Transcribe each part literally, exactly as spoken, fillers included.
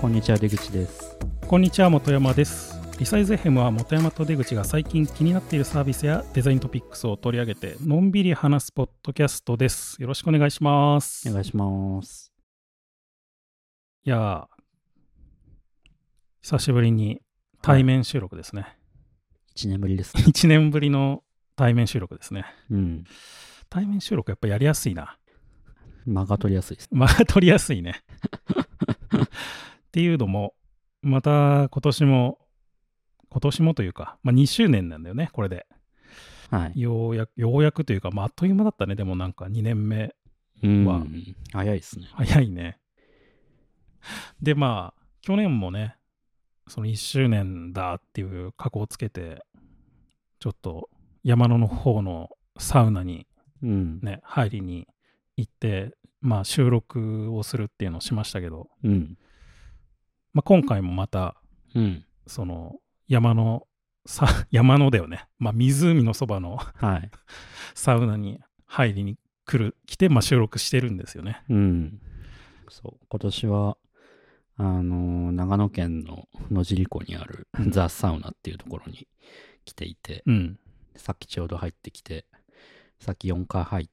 こんにちは、出口です。 こんにちは、本山です。リサイズ エフエム は本山と出口が最近気になっているサービスやデザイントピックスを取り上げてのんびり話すポッドキャストです。よろしくお願いします。 お願いします。 いやー、久しぶりに対面収録ですね。 いちねんぶりですね。 いちねんぶりの対面収録ですね。 うん。 対面収録やっぱやりやすいな。 間が取りやすいです。 間が取りやすいね。っていうのも、また今年も、今年もというか、まあ、にしゅうねんなんだよね、これで。 はい。 ようやく、ようやくというか、まあ、あっという間だったね、でもなんかにねんめうんは。 早いですね。 早いね。で、まあ、去年もね、そのいっしゅうねんだっていう過去をつけて、ちょっと山の方のサウナにうん。 ね、入りに行って、まあ、収録をするっていうのをしましたけど、 うん。 まあ、今回もまた、 うん。 その山のさ山のだよね、まあ、湖のそばのはい。 サウナに入りに来る来て、まあ、収録してるんですよね。 うん。そう。今年は、あのー長野県の野尻湖にあるうんザ・サウナっていうところに来ていて、 うん。 さっきちょうど入ってきて、さっきよんかい入って、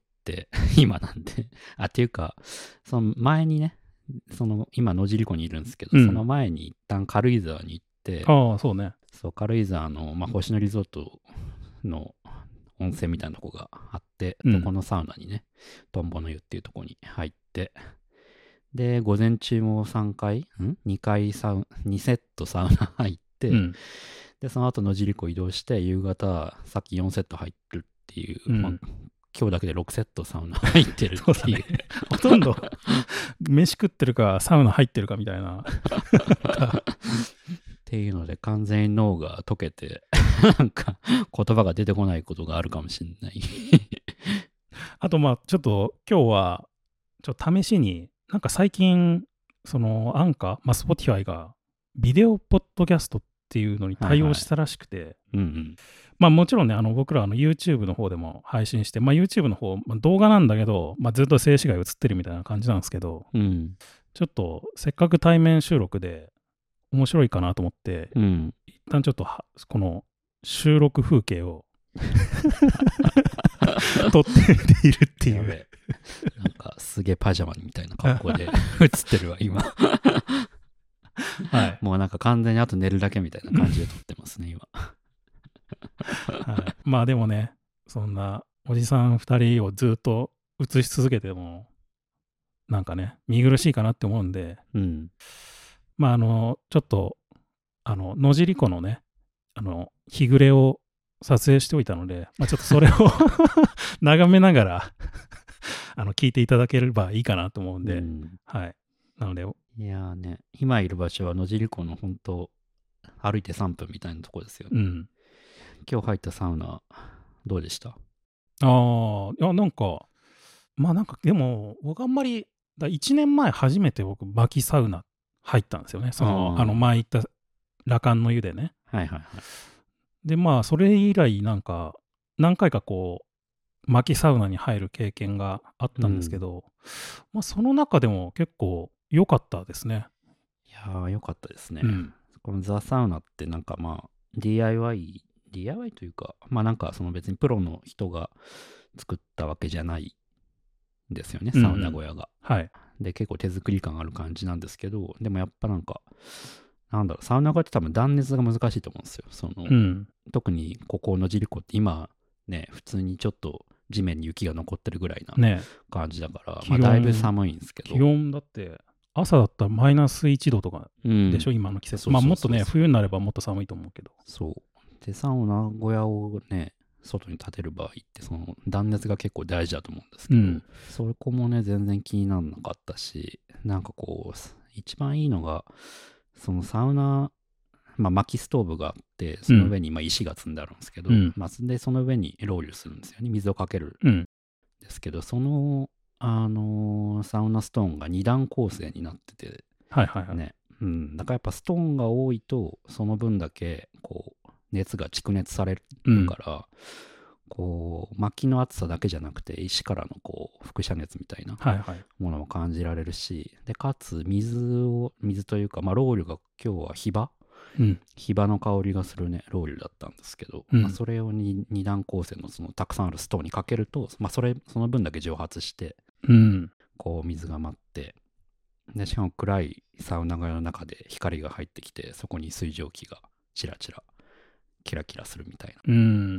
今なんで、あ、っていうか、その前にね、その今野尻湖にいるんですけど、 うんその前に一旦軽井沢に行って、 ああ、そうね。 そう軽井沢の、まあ、星野リゾートの温泉みたいなとこがあって、 うんそこのサウナにね、トンボの湯っていうとこに入って、で、午前中もさんかい、ん ?に 回サウ、にセットサウナ入って、 うんで、その後野尻湖移動して、夕方、さっきよんセット入るっていう、 うんまあ、今日だけでろくセットサウナ入ってるっていう。 ほとんど飯食ってるかサウナ入ってるかみたいなっていうので完全に脳が溶けてなんか言葉が出てこないことがあるかもしれないあとまあちょっと今日はちょっと試しになんか最近そのアンカー、まあ、Spotify がビデオポッドキャストっていうのに対応したらしくて、はいはい、 うんうんまあもちろんね、あの僕らあの YouTube の方でも配信して、まあ YouTube の方、まあ、動画なんだけど、まあ、ずっと静止画映ってるみたいな感じなんですけど、 うん、 ちょっとせっかく対面収録で面白いかなと思って、 うん、 一旦ちょっとこの収録風景を撮っているっていう。 なんかすげえパジャマみたいな格好で映ってるわ、今。はい。もうなんか完全にあと寝るだけみたいな感じで撮ってますね、今。 はい、まあでもね、そんなおじさんふたりをずっと映し続けてもなんかね見苦しいかなって思うんで、 うん、 まああのちょっとあの野尻湖のねあの日暮れを撮影しておいたので、まあ、ちょっとそれを眺めながらあの聞いていただければいいかなと思うんで、うん、はいなのでいやーね今いる場所は野尻湖の本当歩いてさんぷんみたいなとこですよね。 うん今日入ったサウナどうでした？ ああ、いやなんかまあなんかでも僕あんまりだいちねんまえ初めて僕薪サウナ入ったんですよね。そのあの前行った羅漢の湯でね。 はいはいはい。 でまあそれ以来なんか何回かこう薪サウナに入る経験があったんですけど、うん、まあその中でも結構良かったですね。 いやー良かったですね。 うん、 このザ・サウナってなんかまあ ディーアイワイディーアイワイ というか、まあなんかその別にプロの人が作ったわけじゃないんですよね、サウナ小屋が。うんうんはい。 で、結構手作り感ある感じなんですけど、でもやっぱなんか、なんだろう、サウナ小屋って多分断熱が難しいと思うんですよ。その、うん、特にここ野尻湖って今ね、普通にちょっと地面に雪が残ってるぐらいな感じだから、ね、まあだいぶ寒いんですけど。 気温だって朝だったらマイナスいちどとかでしょ、うん、今の季節。まあもっとね、冬になればもっと寒いと思うけど。 そう。で、サウナ小屋をね、外に建てる場合ってその断熱が結構大事だと思うんですけど、うん、そこもね全然気にならなかったし、なんかこう一番いいのがそのサウナ、まあ、薪ストーブがあってその上にまあ石が積んであるんですけど、うん、まあ、でその上にロウリュするんですよね、水をかけるんですけど、うん、そのあのー、サウナストーンがに段構成になってて、 はいはいはい、 ね、うん、だからやっぱストーンが多いとその分だけこう熱が蓄熱されるから、うん、 こう薪の熱さだけじゃなくて石からのこう輻射熱みたいなはいはい。 ものも感じられるし、でかつ水を水というか、まあ、ロウリュが今日はヒバうん。 ヒバの香りがするねロウリュだったんですけど、 うんまあ、それをに二段構成のそのたくさんあるストーンにかけると、まあ、それその分だけ蒸発してうん。 こう水が舞って、でしかも暗いサウナ小屋の中で光が入ってきて、そこに水蒸気がチラチラキラキラするみたいな、 うん。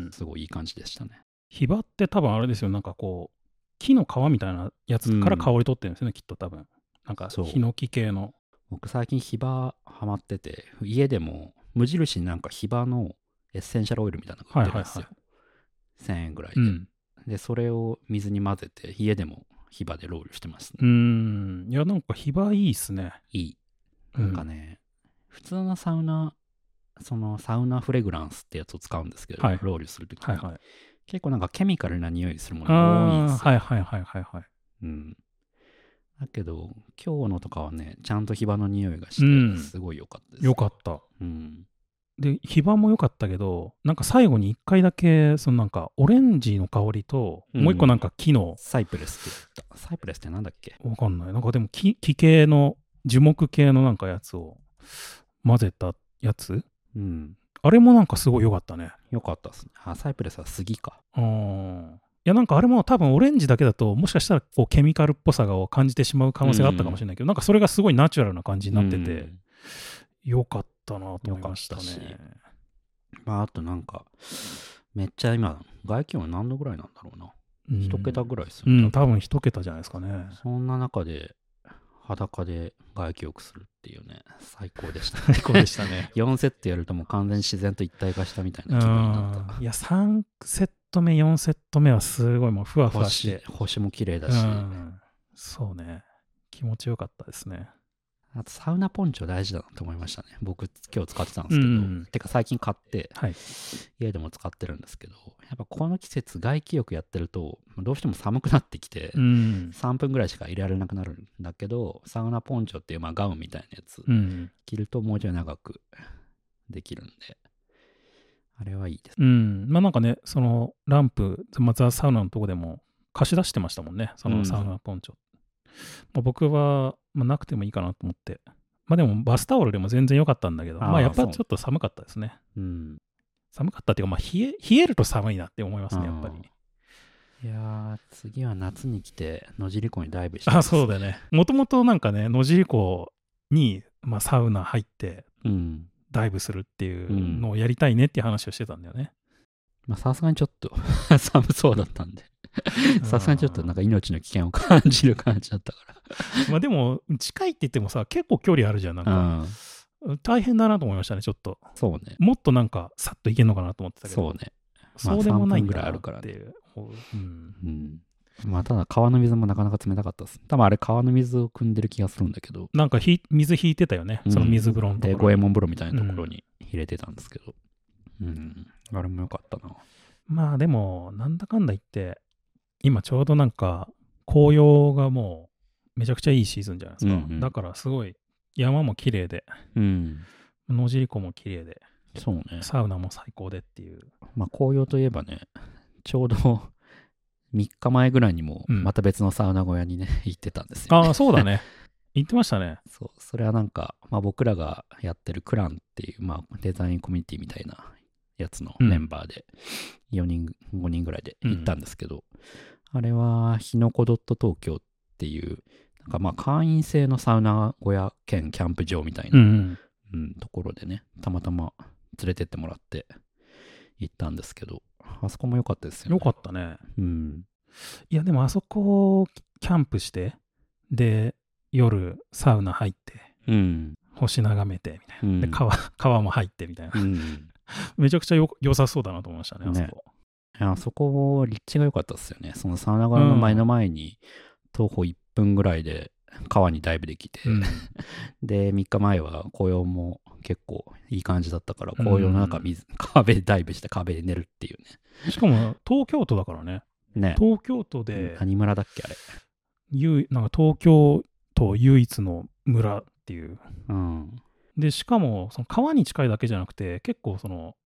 すごいいい感じでしたね。 ヒバって多分あれですよ、なんかこう、木の皮みたいなやつから香り取ってるんですよね、きっと多分。なんかそうヒノキ系の。 僕最近ヒバハマってて、家でも無印になんかヒバのエッセンシャルオイルみたいなのが売ってるんですよ、 はいはいせんえんぐらいで、 うん。 でそれを水に混ぜて家でもヒバでロールしてますね。 うーん。いや、なんかヒバいいっすね。 いい。 うんなんかね、普通のサウナそのサウナフレグランスってやつを使うんですけど、 はいロールするときに、 はいはい。 結構なんかケミカルな匂いするものが多いんですよ。 ああ、はいはいはいはいはい。 うん。だけど今日のとかはね、ちゃんとヒバの匂いがしうんてすごい良かったです、 よかった。 うん。 で、ヒバも良かったけど、なんか最後に一回だけ、そのなんかオレンジの香りと、 うんもう一個なんか木の、 サイプレスって言った。サイプレスってなんだっけ？ わかんない。なんかでも木木系の、樹木系のなんかやつを混ぜたやつうん。 あれもなんかすごい良かったね。 よかったですね。あ、サイプレスは杉か。 うん。いやなんかあれも多分オレンジだけだともしかしたらこうケミカルっぽさを感じてしまう可能性があったかもしれないけど、なんかそれがすごいナチュラルな感じになってて、 うん良かったなと思いましたね。 良かったしまあ、あとなんか、めっちゃ今、外気温何度ぐらいなんだろうな。 うん一桁ぐらいですよね。 うん、多分一桁じゃないですかね。 そんな中で、裸で外気浴するっていうね、最高でした、ね。 最高でしたね。 よんセットやるともう完全に自然と一体化したみたいなう気分になった。 ん。いや、さんセット目、よんセット目はすごいもうふわふわし星て。 星も綺麗だうし、 ん。そうね。気持ちよかったですね。 あとサウナポンチョ大事だなと思いましたね。僕今日使ってたんですけど、 うんてか最近買ってはい。 家でも使ってるんですけど、やっぱこの季節外気浴やってるとどうしても寒くなってきて、 うん。 さんぷんぐらいしか入れられなくなるんだけど、サウナポンチョっていうまあガウンみたいなやつうん。 着るともうちょい長くできるんで、あれはいいです。 うん。まあなんかね、そのランプ、まあザ・サウナのとこでも貸し出してましたもんね。そのサウナポンチョ。まあ、僕は、まあ、なくてもいいかなと思って。まあでもバスタオルでも全然良かったんだけど、 あーまあやっぱちょっと寒かったですね。 うん。 寒かったっていうか、まあ冷え、冷えると寒いなって思いますね、やっぱり。 いやー、次は夏に来て野尻湖にダイブしてあ、そうだよね。もともとなんかね、野尻湖に、まあ、サウナ入ってうん。 ダイブするっていうのをやりたいねっていう話をしてたんだよね。 まあさすがにちょっと寒そうだったんで、さすがにちょっとなんか命の危険を感じる感じだったかまあでも、近いって言ってもさ、結構距離あるじゃん。なんら。 か、 うん。 大変だなと思いましたね、ちょっと。 そうね。 もっとなんか、さっといけるのかなと思ってたけど。 そうね。まあそうでもないんさんぷんぐだならいあるからねっていう。うんうん。まあただ川の水もなかなか冷たかったです。多分あれ川の水を汲んでる気がするんだけど。 なんかひ水引いてたよね、その水風呂のところで、 に。 五右衛門風呂みたいなところに入れてたんですけど。うん。あれもよかったな。 まあでも、なんだかんだ言って、今ちょうどなんか、紅葉がもうめちゃくちゃいいシーズンじゃないですか。 うんうんだからすごい、山も綺麗で、 うん。 野尻湖も綺麗で、 そうね。 サウナも最高でっていう。 まあ紅葉といえばね、ちょうどみっかまえぐらいにもうんまた別のサウナ小屋にね、行ってたんですよ、ね。 ああ、そうだね。言ってましたね。 そう、それはなんか、まあ、僕らがやってるクランっていう、まあ、デザインコミュニティみたいなやつのメンバーでよにん、ごにんぐらいで行ったんですけど、あれはひのこ .東京っていう、なんかまあ会員制のサウナ小屋兼キャンプ場みたいな、 うんうん。 うんところでね、たまたま連れてってもらって行ったんですけど、あそこも良かったですよね。 よかったね。 うん。 いや、でもあそこ、キャンプして、で、夜、サウナ入って、 うん。 星眺めて、みたいな。 うんで、川、川も入って、みたいな。 うん。 めちゃくちゃよ良さそうだなと思いましたね、あそねこ。 いや、そこ、立地が良かったですよね。そのサウナ小屋の前の前に、徒歩いっぷんぐらいで川にダイブできて、 うんで、みっかまえは紅葉も結構いい感じだったから、紅葉の中水、壁でダイブして壁で寝るっていうね。 しかも、東京都だからね。 ね。 東京都で、 何村だっけ、あれ。 唯なんか東京都唯一の村っていう。 うん。 で、しかも、その川に近いだけじゃなくて、結構その、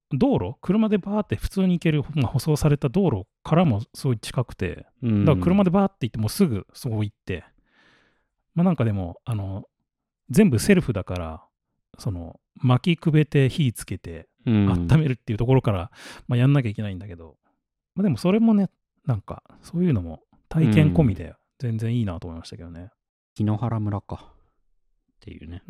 道路車でバーって普通に行ける、まあ、舗装された道路からもすごい近くて、 うんだから車でバーって行ってもうすぐそこ行って、まあなんかでもあの全部セルフだから、その薪くべて火つけてうん温めるっていうところから、まあ、やんなきゃいけないんだけど、まあ、でもそれもね、なんかそういうのも体験込みで全然いいなと思いましたけどね。 檜原村かっていうね。 うん。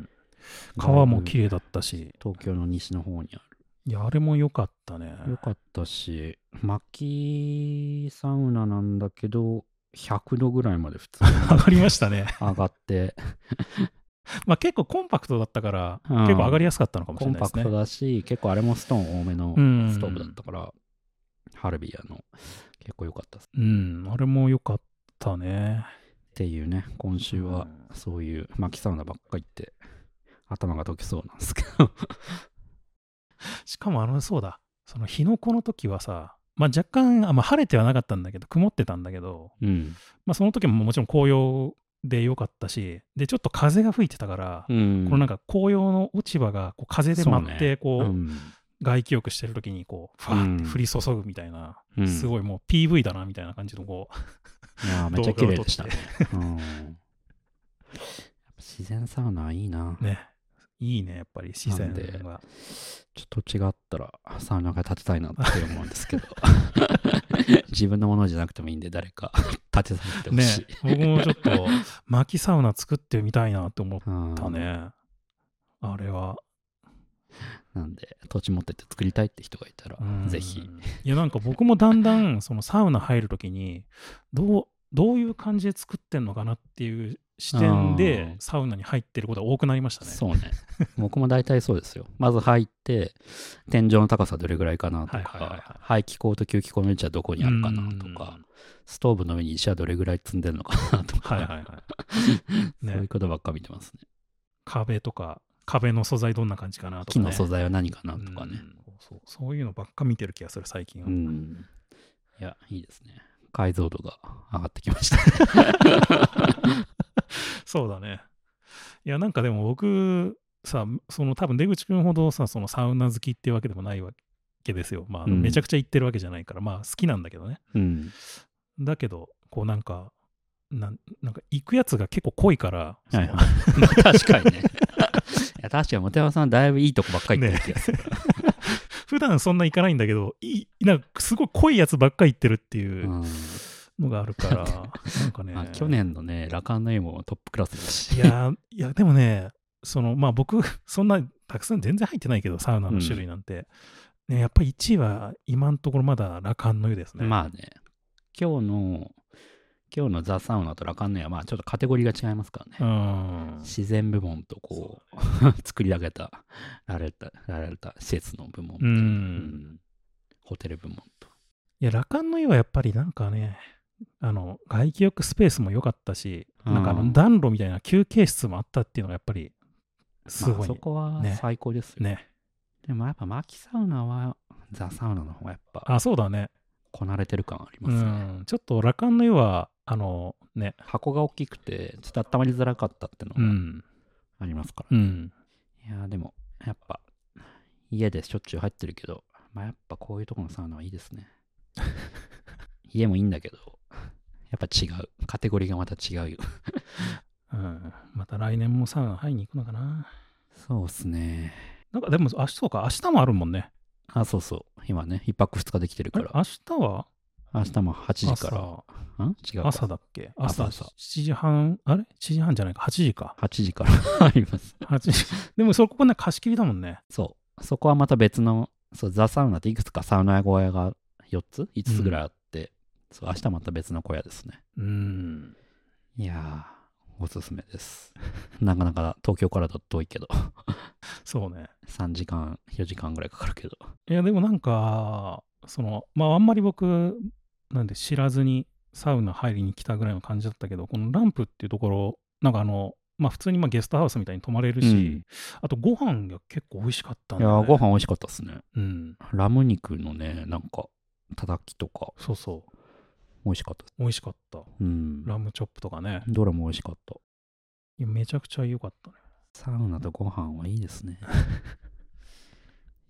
川も綺麗だったし、 東京の西の方にある。 いや、あれも良かったね。 よかったし、薪サウナなんだけど、ひゃくどぐらいまで普通に上がりましたね。 上がって、 まあ結構コンパクトだったから、 うん結構上がりやすかったのかもしコンパクれないですね。 トだし、結構あれもストーン多めのうんストーブだったから、ハルビアの結構良かったです。 うん、あれも良かったね。 っていうね、今週はうんそういう薪サウナばっかり行って頭が溶けそうなんですけどしかもあの、そうだ、その日の子の時はさ、まあ若干、あまあ、晴れてはなかったんだけど、曇ってたんだけど、 うん、 まあその時ももちろん紅葉で良かったし、で、ちょっと風が吹いてたから、 うん、 このなんか紅葉の落ち葉がこう風で舞って、 そうねこう、 うん外気浴してる時にこう、ファーって降り注ぐみたいな、 うんすごいもう ピーブイ だなみたいな感じのこう、 いやーめっちゃ綺麗でしたね動画をうん、やっぱ自然サウナいいな。 ね、いいね、やっぱり自然なんでが。 ちょっと違ったらサウナが建てたいなって思うんですけど自分のものじゃなくてもいいんで誰か建てさせてほねしい、 僕もちょっと薪サウナ作ってみたいなって思っうんたね。あれは。 なんで土地持ってて作りたいって人がいたらうんぜひ。 いやなんか僕もだんだんそのサウナ入るときにどうどういう感じで作ってんのかなっていう視点うでんサウナに入ってることが多くなりましたね。 そうね僕も大体そうですよ。まず入って天井の高さどれぐらいかなとはいはいはいはいか排気口と吸気口の位置はどこにあるかなとかストーブの上に石はどれぐらい積んでるのかなとか、 はいはいはい。 そういうね、 ことばっか見てますね。 壁とか壁の素材どんな感じかなとか、ね、 木の素材は何かなとかね。 うんそうそういうのばっか見てる気がする最近は。 うん。いや、いいですね。解像度が上がってきました。 そうだね。いやなんかでも僕さ、その多分出口くんほどさ、そのサウナ好きっていうわけでもないわけですよ。まあ、 うんめちゃくちゃ行ってるわけじゃないから、まあ好きなんだけどね。 うん。 だけど、こうなんか、なんなんか行くやつが結構濃いから、 はいはいそのまあ確かにね。いや確かに、本山さん、だいぶいいとこばっかり行ってる気がするから。 普段そんな行かないんだけど、いいなんかすごい濃いやつばっかり行ってるっていううんのがあるから、なんかね。 まあ、去年のね、ラカンの絵もトップクラスですし。 いやー、いやでもね、そのまあ僕、そんなたくさん全然入ってないけど、サウナの種類なんて。ね、やっぱりいちいは今のところまだラカンの湯ですね。 まあね、今日の、今日のザ・サウナとラカンの絵は、まあちょっとカテゴリーが違いますからね。 うん。 自然部門とこう、作り上げた、られた、られた施設の部門と、 うんうんホテル部門と。 いや、ラカンの湯はやっぱりなんかね、あの、外気浴スペースも良かったし、なんかあうんの暖炉みたいな休憩室もあったっていうのがやっぱり、すごい、 まあそこはね最高ですよ。 ね。 でもやっぱ薪サウナはザ・サウナの方がやっぱあ、そうだね。 こなれてる感ありうますね。 ん。ちょっとラカンの湯は、あの、ね。 箱が大きくてちょっと温まりづらかったってのがうん。 ありますから、ねうん。 いやーでもやっぱ家でしょっちゅう入ってるけど、まあやっぱこういうところのサウナはいいですね。家もいいんだけど、やっぱ違う。カテゴリーがまた違うよ。 うん。また来年もサウナ入りに行くのかな。 そうっすね。 なんかでも、明日そうか、明日もあるもんね。 あ、そうそう。今ね、一泊二日できてるから。 あれ明日は明日もはちじから。 朝ん違うか。 朝だっけ朝朝朝しちじはん、あれ ?しち 時半じゃないか、はちじか。 はちじからあります。 はちじ。でもそこね、貸し切りだもんね。 そう。そこはまた別の、そう、ザ・サウナっていくつかサウナ小屋がよっつ ?いつ つぐらいあって、そう、明日また別の小屋ですね。 うーん。 いやー、おすすめです。なかなか東京からだと遠いけど、 そうね。 さんじかん、よじかんぐらいかかるけど。 いや、でもなんか、その、まあ、あんまり僕、なんで知らずにサウナ入りに来たぐらいの感じだったけど、このランプっていうところ、なんかあの、まあ普通にまあゲストハウスみたいに泊まれるし、 うんあとご飯が結構美味しかったんいやー、 だよね。 ご飯美味しかったっすね。 うん。 ラム肉のね、なんか、たたきとか、 そうそう。 美味しかったです。 美味しかった。 うん。 ラムチョップとかね。 どれも美味しかった。 いやめちゃくちゃ良かったね。 サウナとご飯はいいですね。い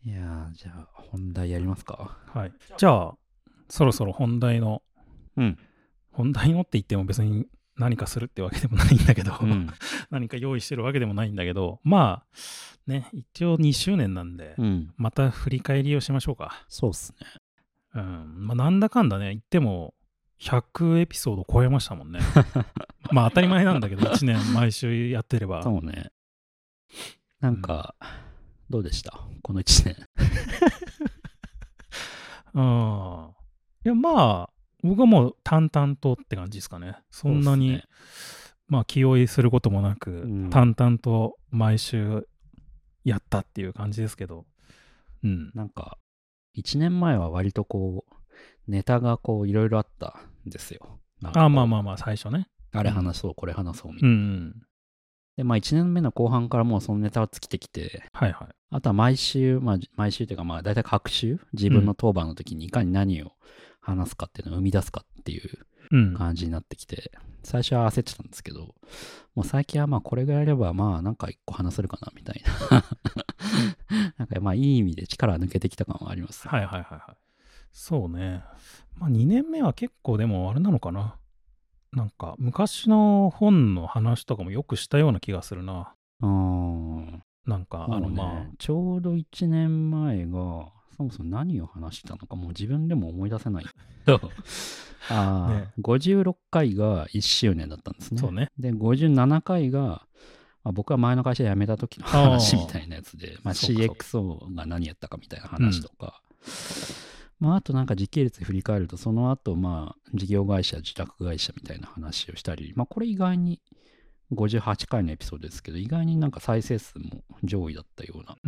いやー、じゃあ本題やりますか。 はい。じゃあ、そろそろ本題の、 うん。 本題のって言っても別に何かするってわけでもないんだけど、 うん。 何か用意してるわけでもないんだけど、まあ、ね、一応にしゅうねんなんで、 うん。 また振り返りをしましょうか。 そうっすね。 うん。まあ、なんだかんだね、言っても、ひゃくエピソード超えましたもんね。まあ、当たり前なんだけど、いちねん毎週やってれば。 そうね。なんか、どうでしたこのいちねん。 うん。いや、まあ、僕はもう淡々とって感じですかね。そんなに、 そうっすね。 まあ、気負いすることもなく、 うん淡々と毎週やったっていう感じですけど。うん。 なんか、いちねんまえは割とこう、ネタがこう、いろいろあったんですよ。なんかこうあ、まあまあまあ、最初ね。 あれ話そう、これ話そうみうんうたいな。 ん。 で、まあいちねんめの後半からもうそのネタは尽きてきて、 はいはい。 あとは毎週、まあ毎週というかまあ大体各週、自分の当番の時にいかに何を話すかっていうのを生み出すかっていううん。 感じになってきて、最初は焦ってたんですけど、もう最近はまあこれぐらいやればまあなんか一個話せるかなみたいな。なんかまあいい意味で力抜けてきた感はあります、ね。 はいはいはいはい。そうね。まあにねんめは結構でもあれなのかな。なんか昔の本の話とかもよくしたような気がするな。 うーん。 なんか、あのまちょうどいちねんまえが、そもそも何を話したのかもう自分でも思い出せないけど、ああ、 ねごじゅうろっかいがいっしゅうねんだったんですあ、 ね。 そうね。 で、ごじゅうななかいが、まあ、僕は前の会社辞めた時の話あーみたいなやつで、まあ、 そうかそうかシーエックスオー が何やったかみたいな話とか、まあ、あとなんか時系列で振り返ると、その後、まあ、事業会社、受託会社みたいな話をしたり、まあ、これ意外にごじゅうはちかいのエピソードですけど、意外になんか再生数も上位だったような。 うん、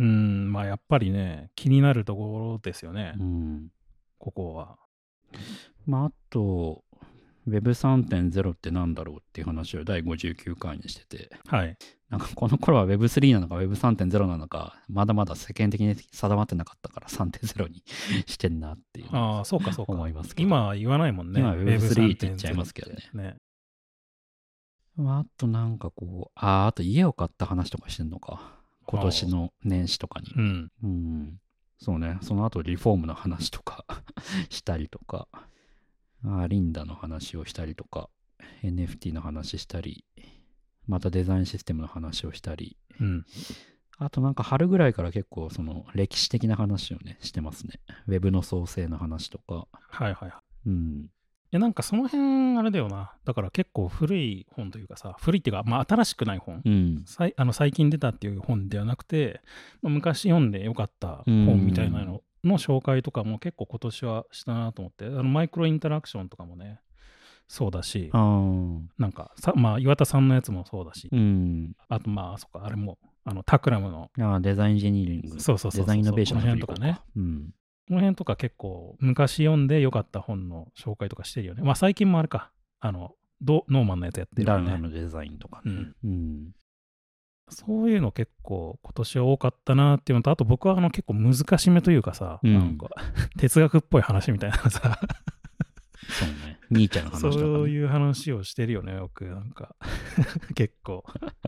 まあやっぱりね、気になるところですよね、 うん。 ここは。 まあ、あと、ウェブさんてんゼロ ってなんだろうっていう話をだいごじゅうきゅうかいにしてて、 はい。 なんかこの頃は ウェブスリー なのか ウェブさんてんゼロ なのか、まだまだ世間的に定まってなかったから さんてんゼロ にしてんなっていうああ、そうかそうか。 思いますけど。 今は言わないもんね。 今は ウェブスリー って言っちゃいますけどね。 ね。 まあ、あとなんかこう、ああ、あと家を買った話とかしてんのか。今年の年始とかに。 うん。 うん。そうね。その後リフォームの話とかしたりとか、あリンダの話をしたりとか、エヌエフティー の話したり、またデザインシステムの話をしたり、 うん。 あとなんか春ぐらいから結構その歴史的な話をね、してますね。ウェブの創生の話とか。 はいはいはい。 うん。 いやなんかその辺あれだよな。だから結構古い本というかさ、古いっていうか、まあ新しくない本。 うん。 さいあの最近出たっていう本ではなくて、まあ昔読んでよかった本みたいなのの紹介とかも結構今年はしたなと思って、あのマイクロインタラクションとかもね、そうだし、 ああ。 なんかさ、まあ岩田さんのやつもそうだし、 うん。 あとまあそっか、あれも、あのタクラムの、 ああ、デザインエンジニアリング。 そうそうそうそう、 デザインイノベーションこの辺とかね。 うん。 この辺とか結構昔読んでよかった本の紹介とかしてるよね。まあ最近もあれか、あの、ドノーマンのやつやってるよね。 ダウンのデザインとかね。 うん。 うん。 そういうの結構今年は多かったなっていうのと、あと僕はあの結構難しめというかさ、 うんなんか哲学っぽい話みたいなさ、 そうね。ニーチャの話とか、ね。 そういう話をしてるよね、僕なんか。結構。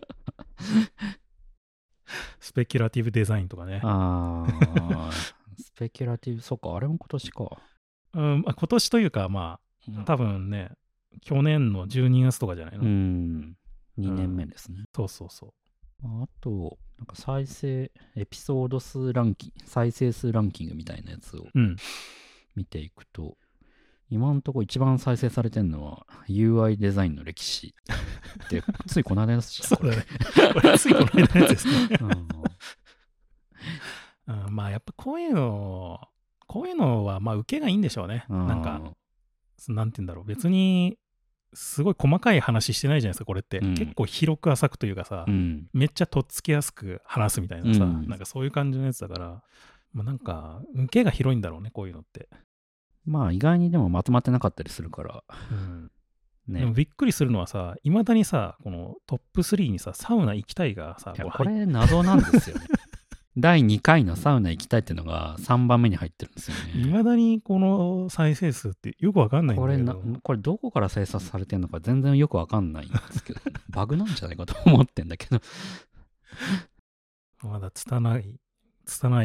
スペキュラティブデザインとかね。 ああ、スペキュラティブ、そっか、あれも今年か。 うん、まあ、今年というか、まあ、多分ね、去年のじゅうにがつとかじゃないの。 うん。にねんめですね。 そうそうそう。 あと、なんか再生、エピソード数ランキング、再生数ランキングみたいなやつをうん。 見ていくと、今のところ一番再生されてるのは ユーアイ デザインの歴史。で、ついこの間ですし、 そうだね。これついこの間のやつですね。 うんうん、まあやっぱこういうの、こういうのはまあ受けがいいんでしょうね。なんか、なんて言うんだろう。別に、すごい細かい話してないじゃないですか、これって。 うん、 結構広く浅くというかさ、 うん、 めっちゃとっつきやすく話すみたいなさ、 うん、 なんかそういう感じのやつだから、まあなんか、受けが広いんだろうね、こういうのって。 まあ意外にでもまとまってなかったりするから。 うんね、 でもびっくりするのはさ、いまだにさ、このトップスリーにさ、サウナ行きたいがさ、 こ, これ謎なんですよね。だいにかいのサウナ行きたいっていうのがさんばんめに入ってるんですよね。 いまだにこの再生数ってよくわかんないんだけど。 これな、これどこから生産されてるのか全然よくわかんないんですけど、バグなんじゃないかと思ってんだけど。 まだ拙い、拙い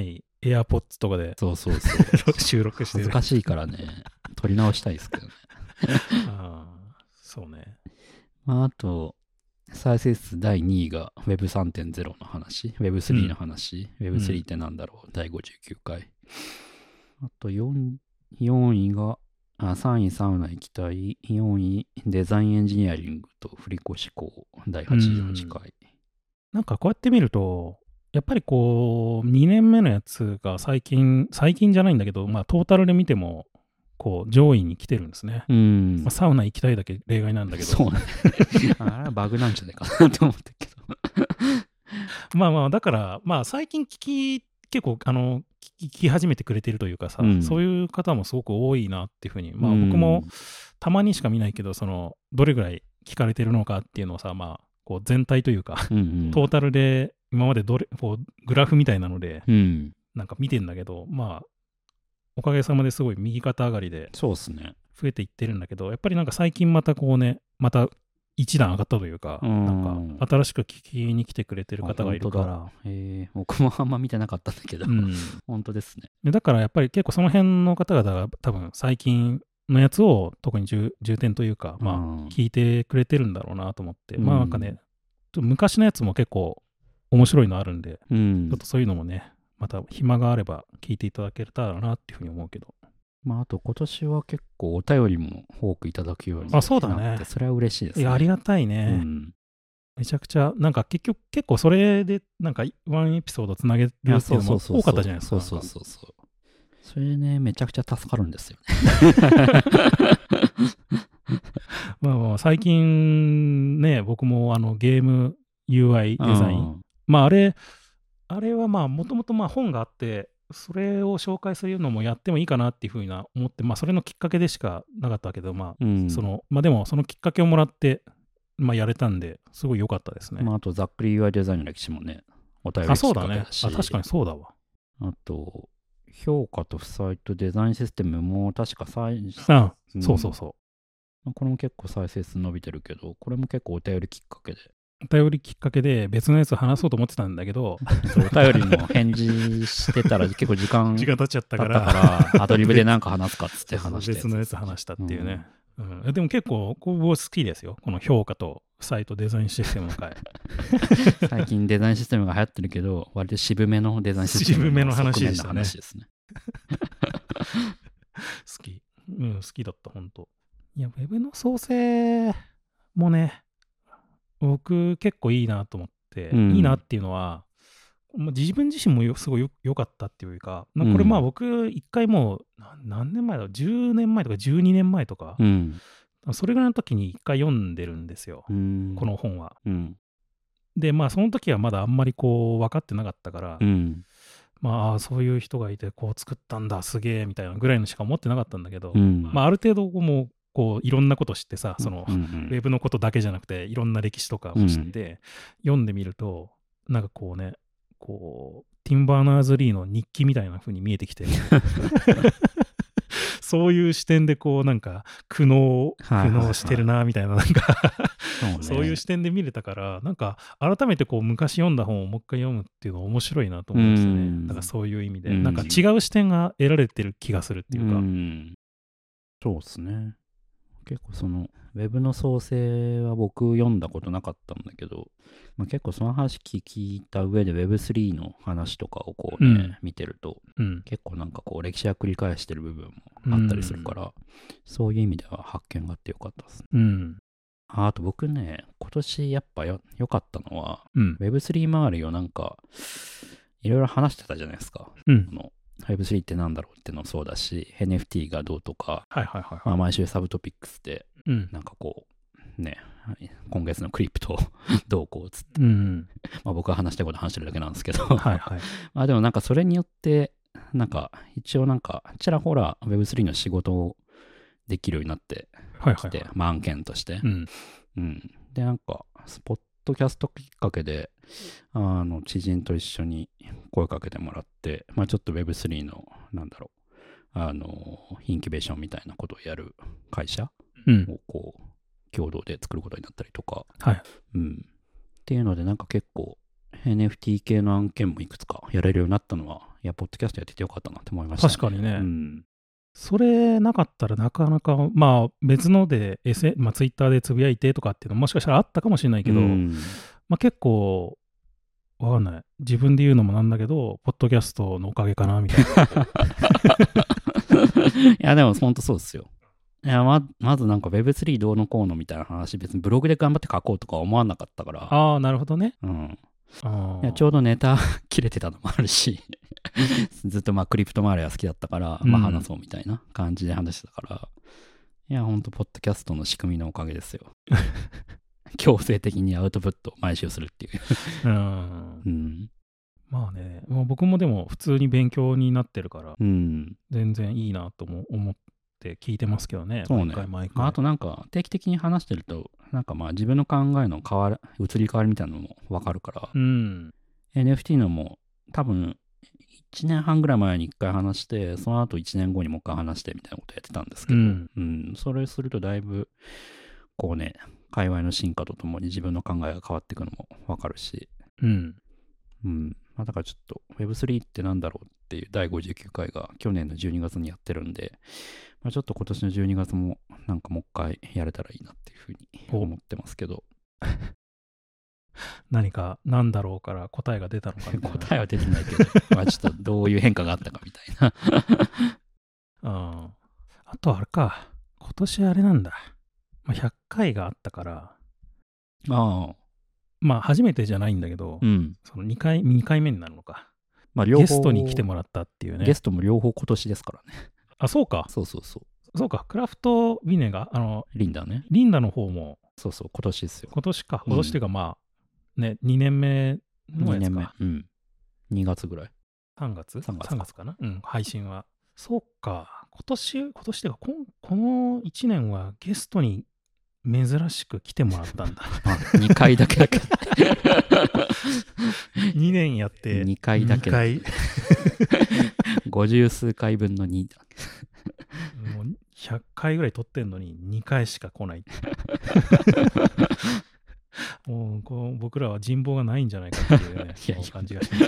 AirPods とかでそうそうそう。 収録してる。 難しいからね、撮り直したいですけどね。 ああ、そうね。 まあ、あと、再生数だいにいが ウェブさんてんゼロ の話、ウェブスリー の話、うん、ウェブスリー ってなんだろう、だいごじゅうきゅうかい。あと 4, よんいが、あさんいサウナ行きたい、よんいデザインエンジニアリングと振り子思考だいはちじゅうはちかい。 なんかこうやって見ると、やっぱりこう、にねんめのやつが最近、最近じゃないんだけど、まあトータルで見ても、こう、上位に来てるんですね。 うん。 まあ、サウナ行きたいだけ例外なんだけど。 そうね。あれはバグなんじゃないかなと思ったけど。 まあまあ、だから、まあ最近聞き、結構、あの、聞き始めてくれてるというかさ、うん、そういう方もすごく多いなっていうふうに、まあ僕もたまにしか見ないけど、その、どれぐらい聞かれてるのかっていうのをさ、まあ、こう全体というか、うんうん、トータルで今までどれ、こう、グラフみたいなので、うん、なんか見てんだけど、まあ、おかげさまですごい右肩上がりで、 そうですね。 増えていってるんだけど、やっぱりなんか最近またこうね、また一段上がったというか、うん、なんか新しく聞きに来てくれてる方がいるから、 えー、僕もあんま見てなかったんだけど、うん、本当ですね。 だからやっぱり結構その辺の方々が多分最近のやつを特に 重, 重点というか、まあ聞いてくれてるんだろうなと思って、うん、まあなんかね、昔のやつも結構面白いのあるんで、うん、ちょっとそういうのもね、また暇があれば聞いていただけたらなっていうふうに思うけど。 まあ、あと今年は結構お便りも多くいただくようになって、 あ、そうだね。 それは嬉しいですね。 いや、ありがたいね。うん、めちゃくちゃ、なんか結局、結構それで、なんかワンエピソードつなげるっていうのも多かったじゃないですか。 そうそうそうそう。それね、めちゃくちゃ助かるんですよね。 まあまあ、最近ね、僕もあのゲーム ユーアイ デザイン。うん、まああれ、あれはまあもともとまあ本があって、それを紹介するのもやってもいいかなっていうふうな思って、まあそれのきっかけでしかなかったけど、まあ、うん、その、まあでもそのきっかけをもらって、まあやれたんで、すごい良かったですね。 まああとざっくり ユーアイ デザインの歴史もね、お便りきっかけだし。あ、そうだね。 あ、確かにそうだわ。 あと、評価と負債とデザインシステムも確か最初、 あ、うん、そうそうそう。 これも結構再生数伸びてるけど、これも結構お便りきっかけで。 お便りきっかけで別のやつ話そうと思ってたんだけど、 お便りの返事してたら結構時間時間経っちゃったから、 からアドリブでなんか話すかっつって話して別のやつ話したっていうね。うんうん、でも結構、こう好きですよ。この評価とサイトデザインシステムの回。 最近デザインシステムが流行ってるけど、割と渋めのデザインシステム渋めの話でしたね。 ですね好き。うん、好きだった、本当。いや、ウェブの創生もね、僕結構いいなと思って、うん、いいなっていうのは、自分自身もすごい良かったっていうか、これまあ僕一回もう何年前だろう、じゅうねんまえとかじゅうにねんまえとか、うん、それぐらいの時に一回読んでるんですよ、うん、この本は、うん、でまあその時はまだあんまりこう分かってなかったから、うん、まあそういう人がいてこう作ったんだすげえみたいなぐらいのしか思ってなかったんだけど、うん、まあある程度もうこういろんなこと知ってさ、その、うんうん、ウェブのことだけじゃなくていろんな歴史とかも知って、うん、読んでみるとなんかこうね、こうティンバーナーズ・リーの日記みたいな風に見えてきてそういう視点でこうなんか苦悩苦悩してるなみたいな、なんかそういう視点で見れたから、なんか改めてこう昔読んだ本をもう一回読むっていうのは面白いなと思いましたね。だからそういう意味でなんか違う視点が得られてる気がするっていうか、うん、 そうですね。結構そのウェブの創生は僕読んだことなかったんだけど、まあ、結構その話聞いた上で ウェブスリー の話とかをこうね、うん、見てると、うん、結構なんかこう歴史が繰り返してる部分もあったりするから、うん、そういう意味では発見があってよかったですね。うん、あ, あと僕ね、今年やっぱよ良かったのは、うん、ウェブスリー 周りをなんかいろいろ話してたじゃないですか。うん、のウェブスリー ってなんだろうってのもそうだし、エヌエフティー がどうとか、はいはいはいはい、まあ、毎週サブトピックスで、うん、なんかこう、ね、今月のクリプトどうこうつって、うん、まあ僕は話したいこと話してるだけなんですけど、はいはい、まあでもなんかそれによって、なんか一応なんか、ちらほら ウェブスリー の仕事をできるようになってきて、はいはいはい、まあ案件として、うんうん、でなんか、スポットキャストきっかけで、あの知人と一緒に声かけてもらって、まあ、ちょっと ウェブスリー のなんだろうあのインキュベーションみたいなことをやる会社をこう、うん、共同で作ることになったりとか、はいうん、っていうのでなんか結構 エヌエフティー 系の案件もいくつかやれるようになったのはいや、ポッドキャストやっててよかったなって思いました、ね。 確かにね。 うん、 それなかったらなかなか、まあ別ので、S まあ、ツイッターでつぶやいてとかっていうのももしかしたらあったかもしれないけど、うん、まあ結構、わかんない。自分で言うのもなんだけど、ポッドキャストのおかげかなみたいな。 いや、でも本当そうですよ。いや ま, まずなんか ウェブスリー どうのこうのみたいな話、別にブログで頑張って書こうとか思わなかったから。 ああ、なるほどね。 うん。あいやちょうどネタ切れてたのもあるし、ずっとまあクリプト周りが好きだったから、まあ話そうみたいな感じで話してたから、うん、いや、ほんと、ポッドキャストの仕組みのおかげですよ。強制的にアウトプットを毎週するっていう。うん。 うん。まあね、まあ、僕もでも普通に勉強になってるから、うん、全然いいなとも思って聞いてますけどね。 そうね。毎回毎回。まあ、あとなんか定期的に話してると、なんかまあ自分の考えの変わる、移り変わりみたいなのもわかるから、うん、エヌエフティー のも多分いちねんはんぐらい前にいっかい話して、その後いちねんごにもう一回話してみたいなことやってたんですけど、うん、うん、それするとだいぶこうね、界隈の進化とともに自分の考えが変わっていくのもわかるし、うん。うん。まあだからちょっと ウェブスリー ってなんだろうっていうだいごじゅうきゅうかいが去年のじゅうにがつにやってるんで、まあ、ちょっと今年のじゅうにがつもなんかもう一回やれたらいいなっていうふうに思ってますけど。 何かなんだろうから答えが出たのかな。 答えは出てないけど、まあちょっとどういう変化があったかみたいな。 うん。あとあれか、今年あれなんだ。まあ、ひゃっかいがあったから、ああ。まあ初めてじゃないんだけど、うん、その2回、にかいめになるのか。まあ両方ゲストに来てもらったっていうね。 ゲストも両方今年ですからね。 あ、そうか。 そうそうそう。 そうか、クラフトビネガー、あの、 リンダね。 リンダの方も。 そうそう、今年ですよ。 今年か。今年っていうかまあ、ね、にねんめのやつか。にねんめ。 うん。にがつぐらい。 さんがつ ?さん 月 さんがつかな。うん、配信は。そうか。今年、今年っていうか、ここのいちねんはゲストに珍しく来てもらったんだ。 にかいだけだけど。 にねんやってにかいだけ。にかい。ごじゅう数回分のにだ。 もうひゃっかいぐらい撮ってんのににかいしか来ない。もうこう僕らは人望がないんじゃないかっていうね、そういう感じがします。